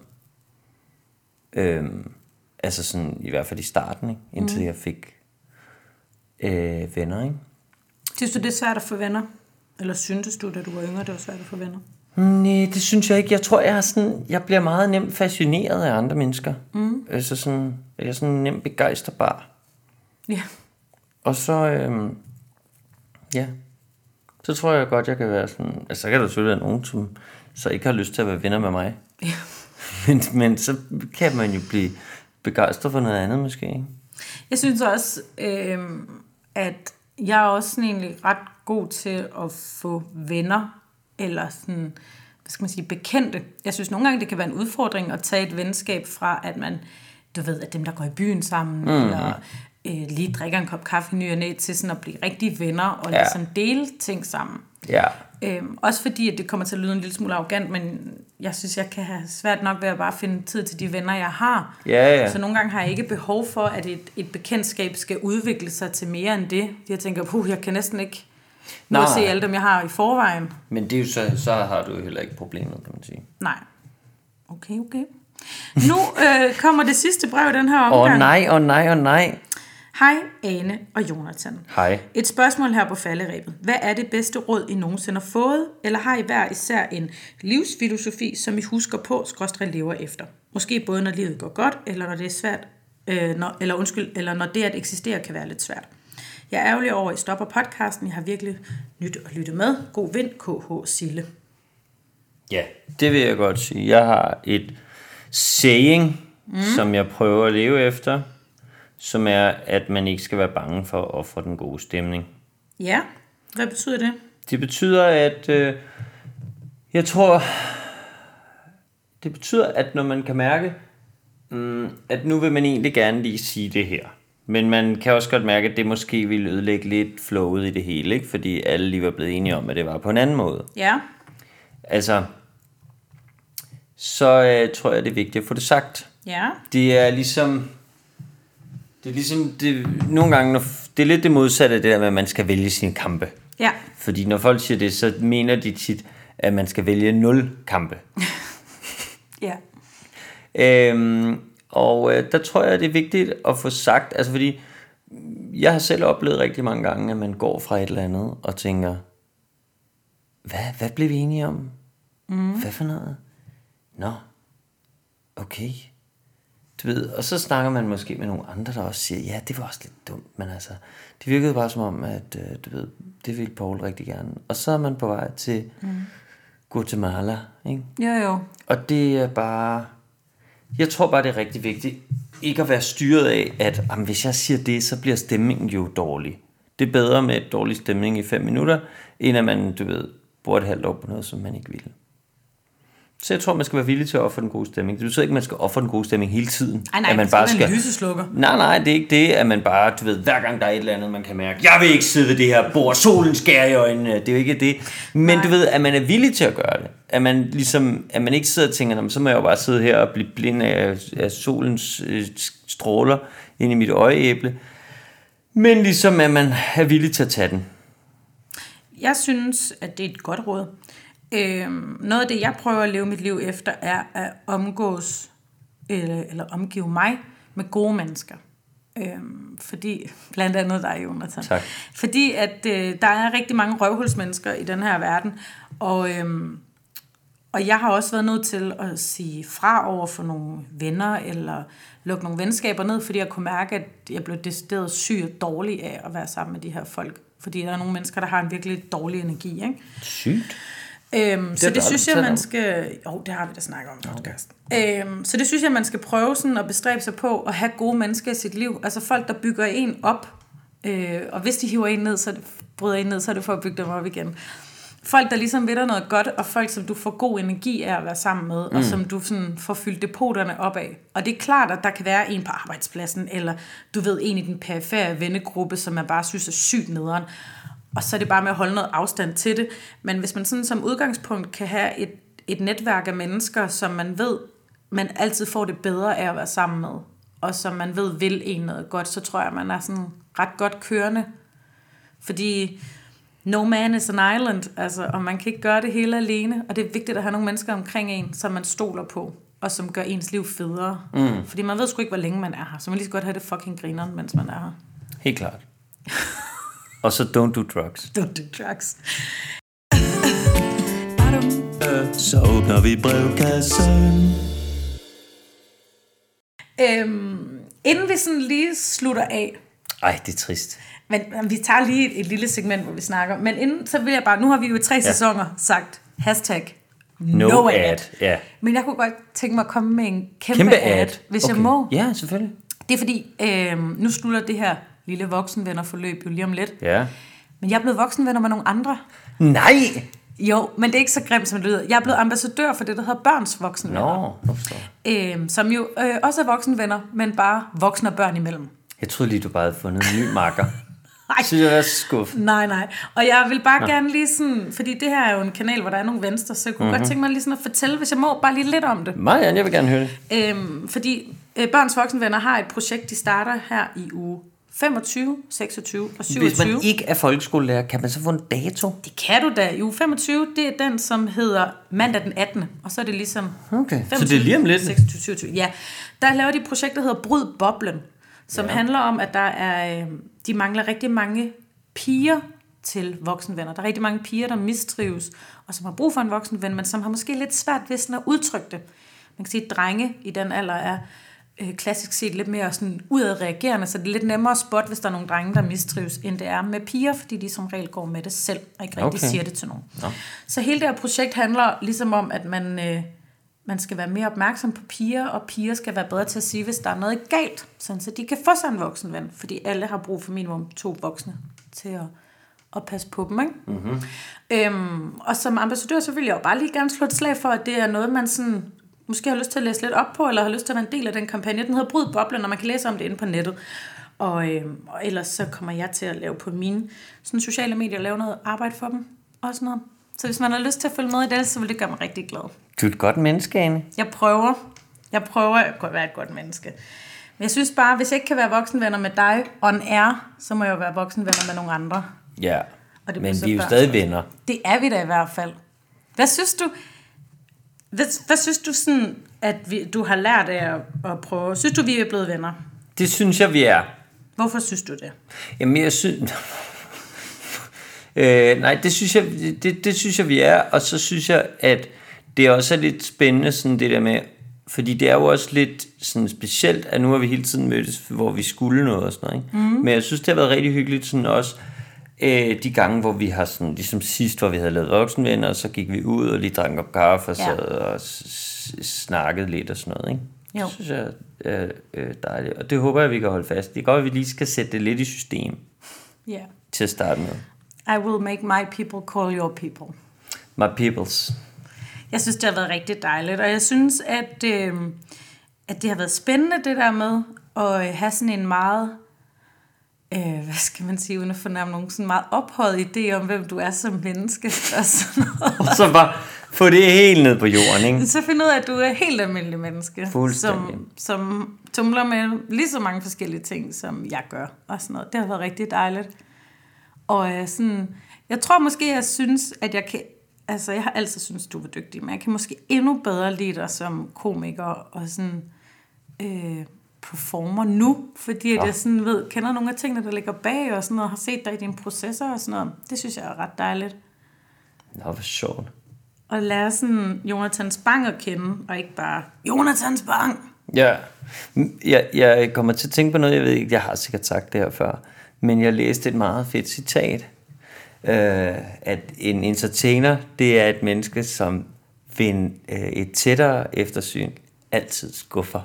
Altså sådan, i hvert fald i starten, ikke? Indtil jeg fik venner, ikke? Synes du, det er svært at få venner? Eller syntes du, da du var yngre, det var svært at få venner? Nej, det synes jeg ikke. Jeg tror, jeg bliver meget nemt fascineret af andre mennesker. Altså sådan, jeg er sådan nemt begejsterbar. Ja. Og så, så tror jeg godt, jeg kan være sådan, altså så kan der selvfølgelig være nogen, som så ikke har lyst til at være venner med mig. Ja. men så kan man jo blive begejstret for noget andet måske, ikke? Jeg synes også, at jeg er også sådan egentlig ret god til at få venner, eller sådan, hvad skal man sige, bekendte. Jeg synes nogle gange, det kan være en udfordring at tage et venskab fra, at man, du ved, at dem, der går i byen sammen, eller lige drikker en kop kaffe i ny og næ, til sådan at blive rigtig venner, og ligesom dele ting sammen. Ja. Også fordi, at det kommer til at lyde en lille smule arrogant, men jeg synes, jeg kan have svært nok ved at bare finde tid til de venner, jeg har. Ja. Så nogle gange har jeg ikke behov for, at et bekendtskab skal udvikle sig til mere end det. Jeg tænker, jeg kan næsten ikke nå at se alle dem, jeg har i forvejen. Men det er jo så har du jo heller ikke problemet, kan man sige. Nej. Okay. Nu kommer det sidste brev i den her omgang. Åh nej. Hej, Ane og Jonathan. Hej. Et spørgsmål her på falderebet. Hvad er det bedste råd, I nogensinde har fået? Eller har I hver især en livsfilosofi, som I husker på, /lever efter? Måske både når livet går godt, eller når det er svært, eller når det at eksistere kan være lidt svært. Jeg er ærgerlig over, at I stopper podcasten. Jeg har virkelig nyt at lytte med. God vind, KH Sille. Ja, det vil jeg godt sige. Jeg har et saying, som jeg prøver at leve efter, som er, at man ikke skal være bange for at ofre den gode stemning. Ja, hvad betyder det? Det betyder, at jeg tror, det betyder, at når man kan mærke, at nu vil man egentlig gerne lige sige det her, men man kan også godt mærke, at det måske ville ødelægge lidt flowet i det hele, ikke? Fordi alle lige var blevet enige om, at det var på en anden måde. Ja. Altså, så tror jeg, det er vigtigt at få det sagt. Ja. Det er ligesom nogle gange, det er lidt det modsatte af det der med, at man skal vælge sine kampe. Ja. Fordi når folk siger det, så mener de tit, at man skal vælge 0 kampe. Ja. Og der tror jeg, det er vigtigt at få sagt, altså fordi jeg har selv oplevet rigtig mange gange, at man går fra et eller andet og tænker, hvad blev vi enige om? Hvad for noget? Nå, okay. Du ved, og så snakker man måske med nogle andre, der også siger, ja, det var også lidt dumt, men altså, det virkede bare som om, at du ved, det ville Poul rigtig gerne. Og så er man på vej til Guatemala, ikke? Jo. Og det er bare, jeg tror bare, det er rigtig vigtigt, ikke at være styret af, at hvis jeg siger det, så bliver stemningen jo dårlig. Det er bedre med et dårlig stemning i 5 minutter, end at man, du ved, bruger et halvt år på noget, som man ikke vil. Så jeg tror, man skal være villig til at ofre den gode stemning. Det betyder ikke, at man skal ofre den gode stemning hele tiden. Nej, at man bare skal en lyseslukker. Nej, det er ikke det, at man bare, du ved, hver gang der er et eller andet, man kan mærke, jeg vil ikke sidde ved det her bord, solen skærer i øjnene. Det er jo ikke det. Men du ved, at man er villig til at gøre det. At man ikke sidder og tænker, så må jeg jo bare sidde her og blive blind af solens stråler ind i mit øjeæble. Men ligesom, at man er villig til at tage den. Jeg synes, at det er et godt råd. Noget af det, jeg prøver at leve mit liv efter, er at omgås eller omgive mig med gode mennesker. Fordi, blandt andet dig, Jonathan. Tak. Fordi at der er rigtig mange røvhulsmennesker i den her verden, og jeg har også været nødt til at sige fra over for nogle venner, eller lukke nogle venskaber ned, fordi jeg kunne mærke, at jeg blev decideret syg og dårlig af at være sammen med de her folk. Fordi der er nogle mennesker, der har en virkelig dårlig energi, ikke? Sygt. Så det synes jeg, man skal... det har vi da snakket om i podcasten. Så det synes jeg, man skal prøve sådan at bestræbe sig på at have gode mennesker i sit liv. Altså folk, der bygger en op. Og hvis de hiver en ned, bryder en ned, så er det for at bygge dem op igen. Folk, der ligesom ved dig noget godt, og folk, som du får god energi af at være sammen med, og som du sådan får fyldt depoterne op af. Og det er klart, at der kan være en på arbejdspladsen, eller du ved, en i den perifære vennegruppe, som man bare synes er sygt nederen. Og så er det bare med at holde noget afstand til det. Men hvis man sådan som udgangspunkt kan have et netværk af mennesker, som man ved, man altid får det bedre af at være sammen med, og som man ved vil en noget godt, så tror jeg, man er sådan ret godt kørende. Fordi no man is an island, altså, og man kan ikke gøre det hele alene, og det er vigtigt at have nogle mennesker omkring en, som man stoler på, og som gør ens liv federe. Fordi man ved sgu ikke, hvor længe man er her, så man lige så godt have det fucking grineren, mens man er her. Helt klart. Og så don't do drugs. Don't do drugs. Så åbner vi brevkassen. Inden vi sådan lige slutter af. Ej, det er trist. Men vi tager lige et lille segment, hvor vi snakker. Men inden, så vil jeg bare, nu har vi jo i 3 sæsoner sagt #No ad. Ja. Men jeg kunne godt tænke mig at komme med en kæmpe ad, hvis jeg må. Ja, selvfølgelig. Det er fordi, nu slutter det her lille voksenvennerforløb jo lige om lidt. Ja. Men jeg er blevet voksenvenner med nogle andre. Nej! Jo, men det er ikke så grimt, som det lyder. Jeg er blevet ambassadør for det, der hedder børns voksenvenner. Som jo også er voksenvenner, men bare voksne og børn imellem. Jeg troede lige, du bare havde fundet en ny makker. Så jeg er skuffet. Nej. Og jeg vil bare gerne lige sådan, fordi det her er jo en kanal, hvor der er nogle venstre, så jeg kunne godt tænke mig lige sådan at fortælle, hvis jeg må, bare lige lidt om det. Marianne, jeg vil gerne høre det. Fordi børns voksenvenner har et projekt, de starter her i uge 25, 26 og 27. Hvis man ikke er folkeskolelærer, kan man så få en dato? Det kan du da. I uge 25, det er den, som hedder mandag den 18. Og så er det ligesom... Okay, 25, så det er lige om lidt. 26, 27. Ja, der laver de et projekt, der hedder Bryd Boblen, som handler om, at der er... De mangler rigtig mange piger til voksenvenner. Der er rigtig mange piger, der mistrives, og som har brug for en voksenven, men som har måske lidt svært ved sådan at udtrykke det. Man kan sige, at drenge i den alder er klassisk set lidt mere sådan udadreagerende, så det er lidt nemmere at spotte, hvis der er nogle drenge, der mistrives, end det er med piger, fordi de som regel går med det selv, og ikke rigtig siger det til nogen. Ja. Så hele det her projekt handler ligesom om, at man skal være mere opmærksom på piger, og piger skal være bedre til at sige, hvis der er noget galt, sådan så de kan få sig en voksenven, fordi alle har brug for minimum 2 voksne til at passe på dem, ikke? Og som ambassadør, så vil jeg jo bare lige gerne slå et slag for, at det er noget, man sådan måske har lyst til at læse lidt op på, eller har lyst til at være en del af den kampagne. Den hedder Bryd Boblen, og man kan læse om det inde på nettet. Og ellers så kommer jeg til at lave på mine sådan sociale medier, lave noget arbejde for dem, og sådan noget. Så hvis man har lyst til at følge med i det, så vil det gøre mig rigtig glad. Du er et godt menneske, Anne. Jeg prøver at være et godt menneske. Men jeg synes bare, hvis jeg ikke kan være voksenvenner med dig on air, så må jeg jo være voksenvenner med nogle andre. Ja, men vi er jo stadig venner. Det er vi da i hvert fald. Hvad synes du sådan, at du har lært af at prøve? Synes du, vi er blevet venner? Det synes jeg, vi er. Hvorfor synes du det? Jamen, jeg synes... nej, det synes jeg, vi er. Og så synes jeg, at det også er lidt spændende, sådan det der med... Fordi det er jo også lidt sådan specielt, at nu har vi hele tiden mødtes, hvor vi skulle noget og sådan noget, ikke? Men jeg synes, det har været rigtig hyggeligt sådan også, de gange, hvor vi har sådan, ligesom sidst, hvor vi havde lavet voksenvenner, og så gik vi ud og lige drak op kaffe og sad og snakkede lidt og sådan noget, ikke? Jo. Det synes jeg er dejligt, og det håber jeg, vi kan holde fast. Det er godt, at vi lige skal sætte det lidt i system til at starte med. I will make my people call your people. My peoples. Jeg synes, det har været rigtig dejligt, og jeg synes, at det har været spændende, det der med at have sådan en meget, hvad skal man sige, uden at fornemme nogen, sådan meget ophøjet idé om, hvem du er som menneske. Og så bare få det helt ned på jorden, ikke? Så find ud af, at du er et helt almindelig menneske, som tumler med lige så mange forskellige ting, som jeg gør, og sådan noget. Det har været rigtig dejligt. Og sådan, jeg tror måske, jeg synes, at jeg kan, altså jeg har altid syntes, du var dygtig, men jeg kan måske endnu bedre lide dig som komiker og sådan performer nu, fordi at jeg sådan kender nogle af tingene, der ligger bag og sådan noget, og har set dig i dine processer og sådan noget. Det synes jeg er ret dejligt. Nå, hvor sjovt. Og lære sådan Jonathan Spang at kende, og ikke bare Jonathan Spang. Ja, jeg kommer til at tænke på noget, jeg ved ikke, jeg har sikkert sagt det her før, men jeg læste et meget fedt citat, at en entertainer, det er et menneske, som ved et tættere eftersyn altid skuffer.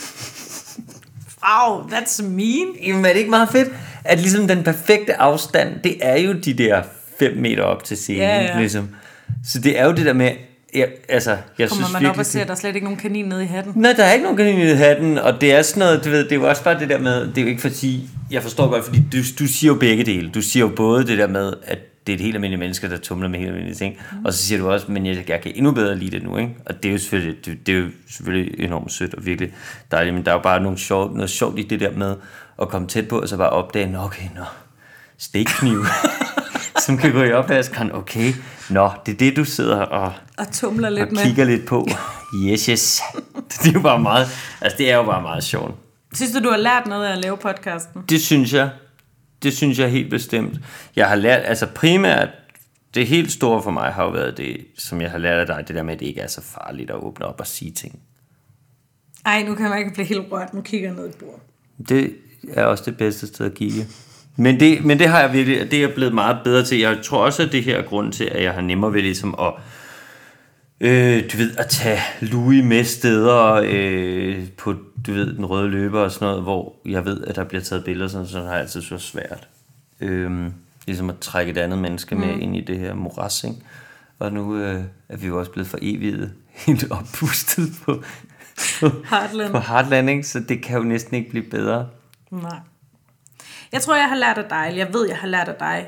Wow, that's mean. Jamen er det ikke meget fedt? At ligesom den perfekte afstand, det er jo de der 5 meter op til scenen, ligesom. Så det er jo det der med, jeg kommer synes man op og ser, der er slet ikke nogen kanin nede i hatten? Nej, der er ikke nogen kanin nede i hatten, og det er sådan noget, du ved, det er jo også bare det der med, det er jo ikke fordi, jeg forstår godt, fordi du siger jo begge dele. Du siger jo både det der med, at det er et helt almindeligt menneske, der tumler med helt almindelige ting, og så siger du også, men jeg kan endnu bedre lide det nu, ikke? Og det er jo selvfølgelig enormt sødt og virkelig dejligt, men der er jo bare noget sjovt i det der med at komme tæt på, og så bare opdage, stikkniv, som kan gå i opvaskeren, okay, det er det, du sidder og tumler lidt og kigger lidt på. Yes. Det er jo bare meget, det er jo bare meget sjovt. Synes du har lært noget af at lave podcasten? Det synes jeg helt bestemt. Jeg har lært, primært, det helt store for mig har jo været det, som jeg har lært af dig, det der med, at det ikke er så farligt at åbne op og sige ting. Ej, nu kan man ikke blive helt rørt, nu kigger jeg ned i bordet. Det er også det bedste sted at kigge. Men det har jeg virkelig, det er jeg blevet meget bedre til. Jeg tror også, at det her er grund til, at jeg har nemmere ved ligesom at, at tage Louis med steder på, den røde løber og sådan noget, hvor jeg ved, at der bliver taget billeder, så har jeg altid så svært. Ligesom at trække et andet menneske med ind i det her moras, ikke? Og nu er vi jo også blevet for evigt helt oppustet på Heartland, ikke? Så det kan jo næsten ikke blive bedre. Nej. Jeg tror, jeg har lært af dig, jeg ved, jeg har lært af dig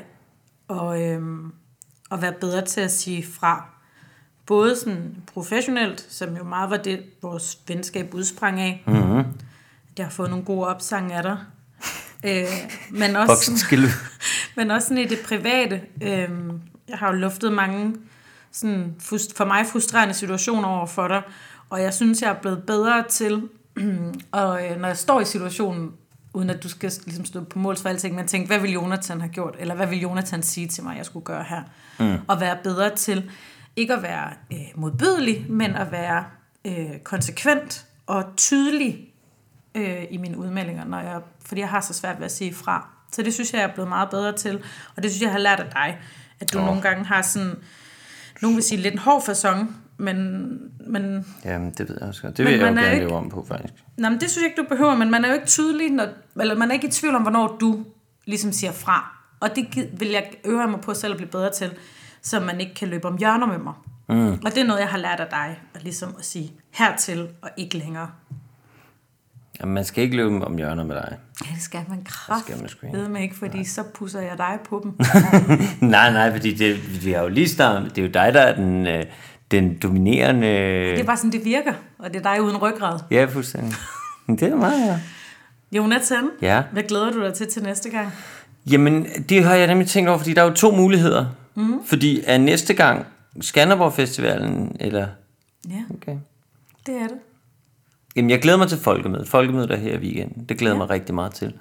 at være bedre til at sige fra. Både sådan professionelt, som jo meget var det, vores venskab udsprang af. Mm-hmm. Jeg har fået nogle gode opsange af dig. Men også sådan i det private. Jeg har jo luftet mange sådan, for mig frustrerende situationer over for dig, og jeg synes, jeg er blevet bedre til, og når jeg står i situationen, uden at du skal ligesom stå på mål for alting, men tænke, hvad vil Jonathan have gjort, eller hvad vil Jonathan sige til mig, jeg skulle gøre her? Og være bedre til, ikke at være modbydelig, men at være konsekvent og tydelig i mine udmeldinger, fordi jeg har så svært ved at sige fra. Så det synes jeg er blevet meget bedre til, og det synes jeg har lært af dig, at du nogle gange har sådan, nogen vil sige lidt en hård facon, men jamen, det ved jeg også godt. Det vil jeg jo gerne leve om på, faktisk. Nej, men det synes jeg ikke, du behøver, men man er jo ikke tydelig, eller man er ikke i tvivl om, hvornår du ligesom siger fra. Og det vil jeg øve mig på selv at blive bedre til, så man ikke kan løbe om hjørner med mig. Og det er noget, jeg har lært af dig, ligesom at sige hertil og ikke Jamen, man skal ikke løbe om hjørner med dig. Ja, det skal man kraftedeme ikke, fordi så pusser jeg dig på dem. nej, fordi vi har jo lige startet. Det er jo dig, der er den dominerende. Det er bare sådan, det virker, og det er dig uden ryggrad. Ja, fuldstændig. Det er meget, ja. Jonathan, hvad glæder du dig til næste gang? Jamen, det har jeg nemlig tænkt over, fordi der er jo 2 muligheder. Fordi er næste gang Skanderborg Festivalen, eller? Ja, okay. Det er det. Jamen, jeg glæder mig til Folkemødet. Folkemødet er her i weekenden. Det glæder mig rigtig meget til.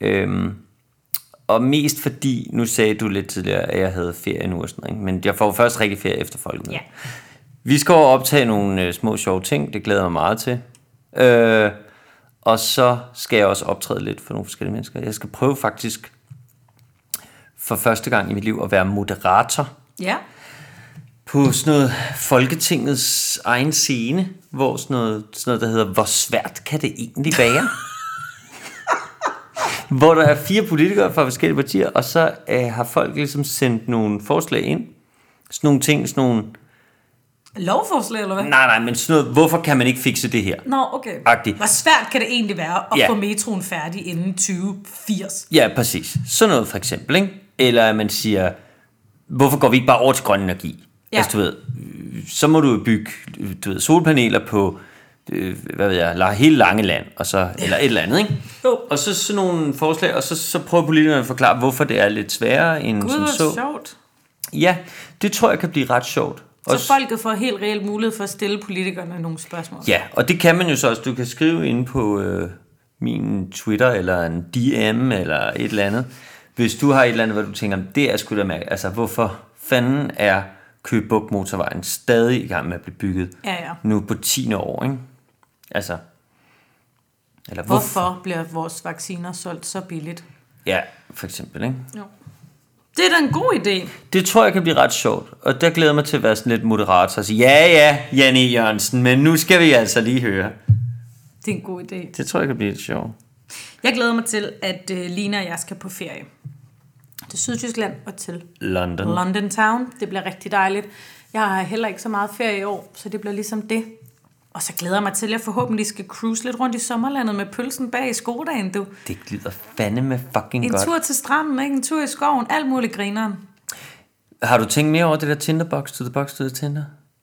Og mest fordi, nu sagde du lidt tidligere, at jeg havde ferie nu og sådan noget, men jeg får først rigtig ferie efter Folkemødet. Ja. Vi skal optage nogle små sjove ting, det glæder mig meget til. Og så skal jeg også optræde lidt for nogle forskellige mennesker. Jeg skal prøve faktisk for første gang i mit liv at være moderator. Ja. På sådan noget Folketingets egen scene, hvor sådan noget, der hedder, hvor svært kan det egentlig være? Hvor der er 4 politikere fra forskellige partier, og så har folk ligesom sendt nogle forslag ind. Sådan nogle ting, sådan nogle... Lovforslag, eller hvad? Nej, men sådan noget, hvorfor kan man ikke fikse det her? Nå, okay. Agtigt. Hvor svært kan det egentlig være at få metroen færdig inden 2080? Ja, præcis. Sådan noget for eksempel, ikke? Eller at man siger, hvorfor går vi ikke bare over til grøn energi? Ja. Altså, du ved, så må du bygge solpaneler på, hvad ved jeg, hele Langeland, og så, eller et eller andet, ikke? Jo. Og så sådan nogle forslag, og så prøver politikerne at forklare, hvorfor det er lidt sværere end Gud, som så. Gud, sjovt. Ja, det tror jeg kan blive ret sjovt. Så folket får helt reelt mulighed for at stille politikerne nogle spørgsmål. Ja, og det kan man jo så også. Du kan skrive ind på min Twitter, eller en DM, eller et eller andet. Hvis du har et eller andet, hvor du tænker, det er sgu da mærke. Altså, hvorfor fanden er Køge Bugt motorvejen stadig i gang med at blive bygget nu på 10. år, ikke? Altså, eller hvorfor bliver vores vacciner solgt så billigt? Ja, for eksempel, ikke? Jo. Det er da en god idé. Det tror jeg kan blive ret sjovt. Og der glæder mig til at være sådan lidt moderator og sige, ja, Janne Jørgensen, men nu skal vi altså lige høre. Det er en god idé. Det tror jeg kan blive lidt sjovt. Jeg glæder mig til, at Lina og jeg skal på ferie. Til Sydtyskland og til London Town. Det bliver rigtig dejligt. Jeg har heller ikke så meget ferie i år, så det bliver ligesom det. Og så glæder jeg mig til, at jeg forhåbentlig skal cruise lidt rundt i sommerlandet med pølsen bag i skodagen, du. Det glider fandeme fucking godt. En tur til stranden, ikke? En tur i skoven, alt muligt grineren. Har du tænkt mere over det der Tinderbox to the box to the Tinder?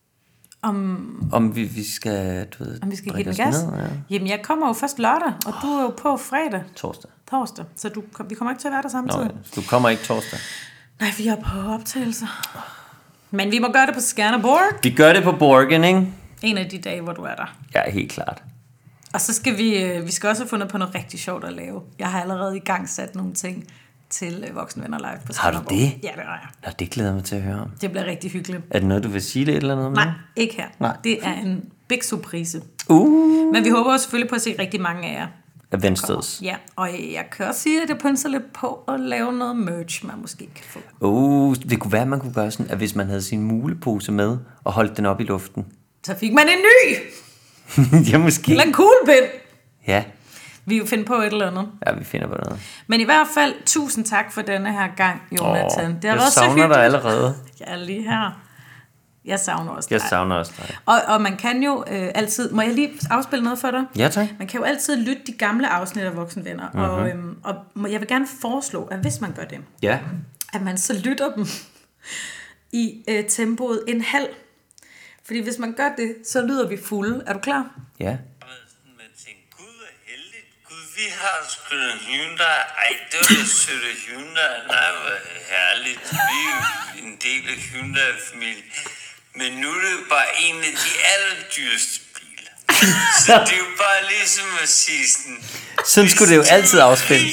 Om vi skal, du ved, om vi skal give den gas? Ned, ja. Jamen, jeg kommer jo først lørdag, og du er jo på fredag. Torsdag. Så vi kommer ikke til at være der samtidig. Nå, du kommer ikke torsdag? Nej, vi er på optagelser. Men vi må gøre det på Skanderborg. Vi gør det på Borgen, ikke? En af de dage, hvor du er der. Ja, helt klart. Og så skal vi skal også have fundet på noget rigtig sjovt at lave. Jeg har allerede i gang sat nogle ting til Voksenvenner Live på Skanderborg. Har du det? Ja, det har jeg. Nå, det glæder mig til at høre om. Det bliver rigtig hyggeligt. Er det noget, du vil sige det eller noget med? Nej, ikke her. Nej. Det er en big surprise. Men vi håber selvfølgelig på at se rigtig mange af jer. Vensteds. Ja, og jeg kan også sige, at det pynser lidt på at lave noget merch, man måske kan få. Det kunne være, at man kunne gøre sådan, at hvis man havde sin mulepose med og holdt den op i luften. Så fik man en ny! Ja, måske. Eller en kuglepind. Ja. Vi vil finde på et eller andet. Ja, vi finder på noget. Men i hvert fald, tusind tak for denne her gang, Jonathan. Det har været så hyggeligt. Jeg savner dig allerede. Jeg er lige her. Jeg savner også dig. Jeg savner også dig. Og man kan jo altid... Må jeg lige afspille noget for dig? Ja, tak. Man kan jo altid lytte de gamle afsnit af Voksenvenner. Mm-hmm. Og jeg vil gerne foreslå, at hvis man gør det, at man så lytter dem i tempoet en halv. Fordi hvis man gør det, så lyder vi fulde. Er du klar? Ja. Man tænker, Gud er heldigt. Gud, vi har sgu en Hyundai. Ej, det var da sødt af Hyundai. Nej, hvor herligt. Vi er jo en del af Hyundai-familien. Men nu er det jo bare en af de allerdyreste biler. Så det er jo bare ligesom at sige sådan... Sådan skulle det jo altid afspilles.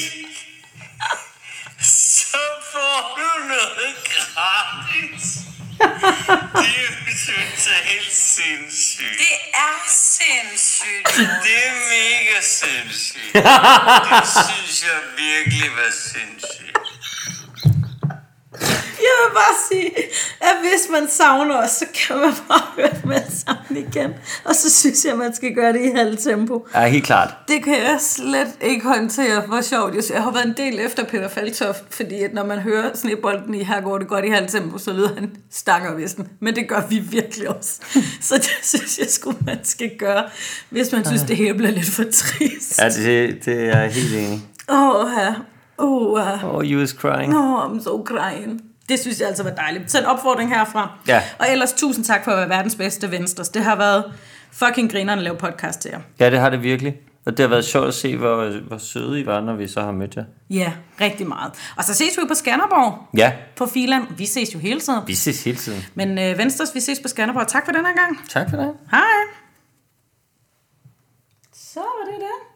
Så får du noget gratis. Det er jo totalt sindssygt. Det er sindssygt. Det er mega sindssygt. Det synes jeg virkelig var sindssygt. Jeg vil bare sige, at hvis man savner os, så kan man bare høre med sammen igen. Og så synes jeg, at man skal gøre det i halv tempo. Ja, helt klart. Det kan jeg slet ikke håndtere. Hvor sjovt. Jeg har været en del efter Peter Falktoft, fordi at når man hører Snebolden i Her går det godt i halv tempo, så lyder han stangervisten. Men det gør vi virkelig også. Så det synes jeg sgu, man skal gøre, hvis man synes, det hele bliver lidt for trist. Ja, det er jeg helt enig. You is crying. I'm so crying. Det synes jeg altså var dejligt. Så en opfordring herfra. Ja. Og ellers tusind tak for at være verdens bedste Venstres. Det har været fucking grineren at lave podcast til jer. Ja, det har det virkelig. Og det har været sjovt at se, hvor søde I var, når vi så har mødt jer. Ja, rigtig meget. Og så ses vi på Skanderborg. Ja. På Filand. Vi ses jo hele tiden. Vi ses hele tiden. Men Venstres, vi ses på Skanderborg. Tak for den her gang. Tak for det. Hej. Så var det.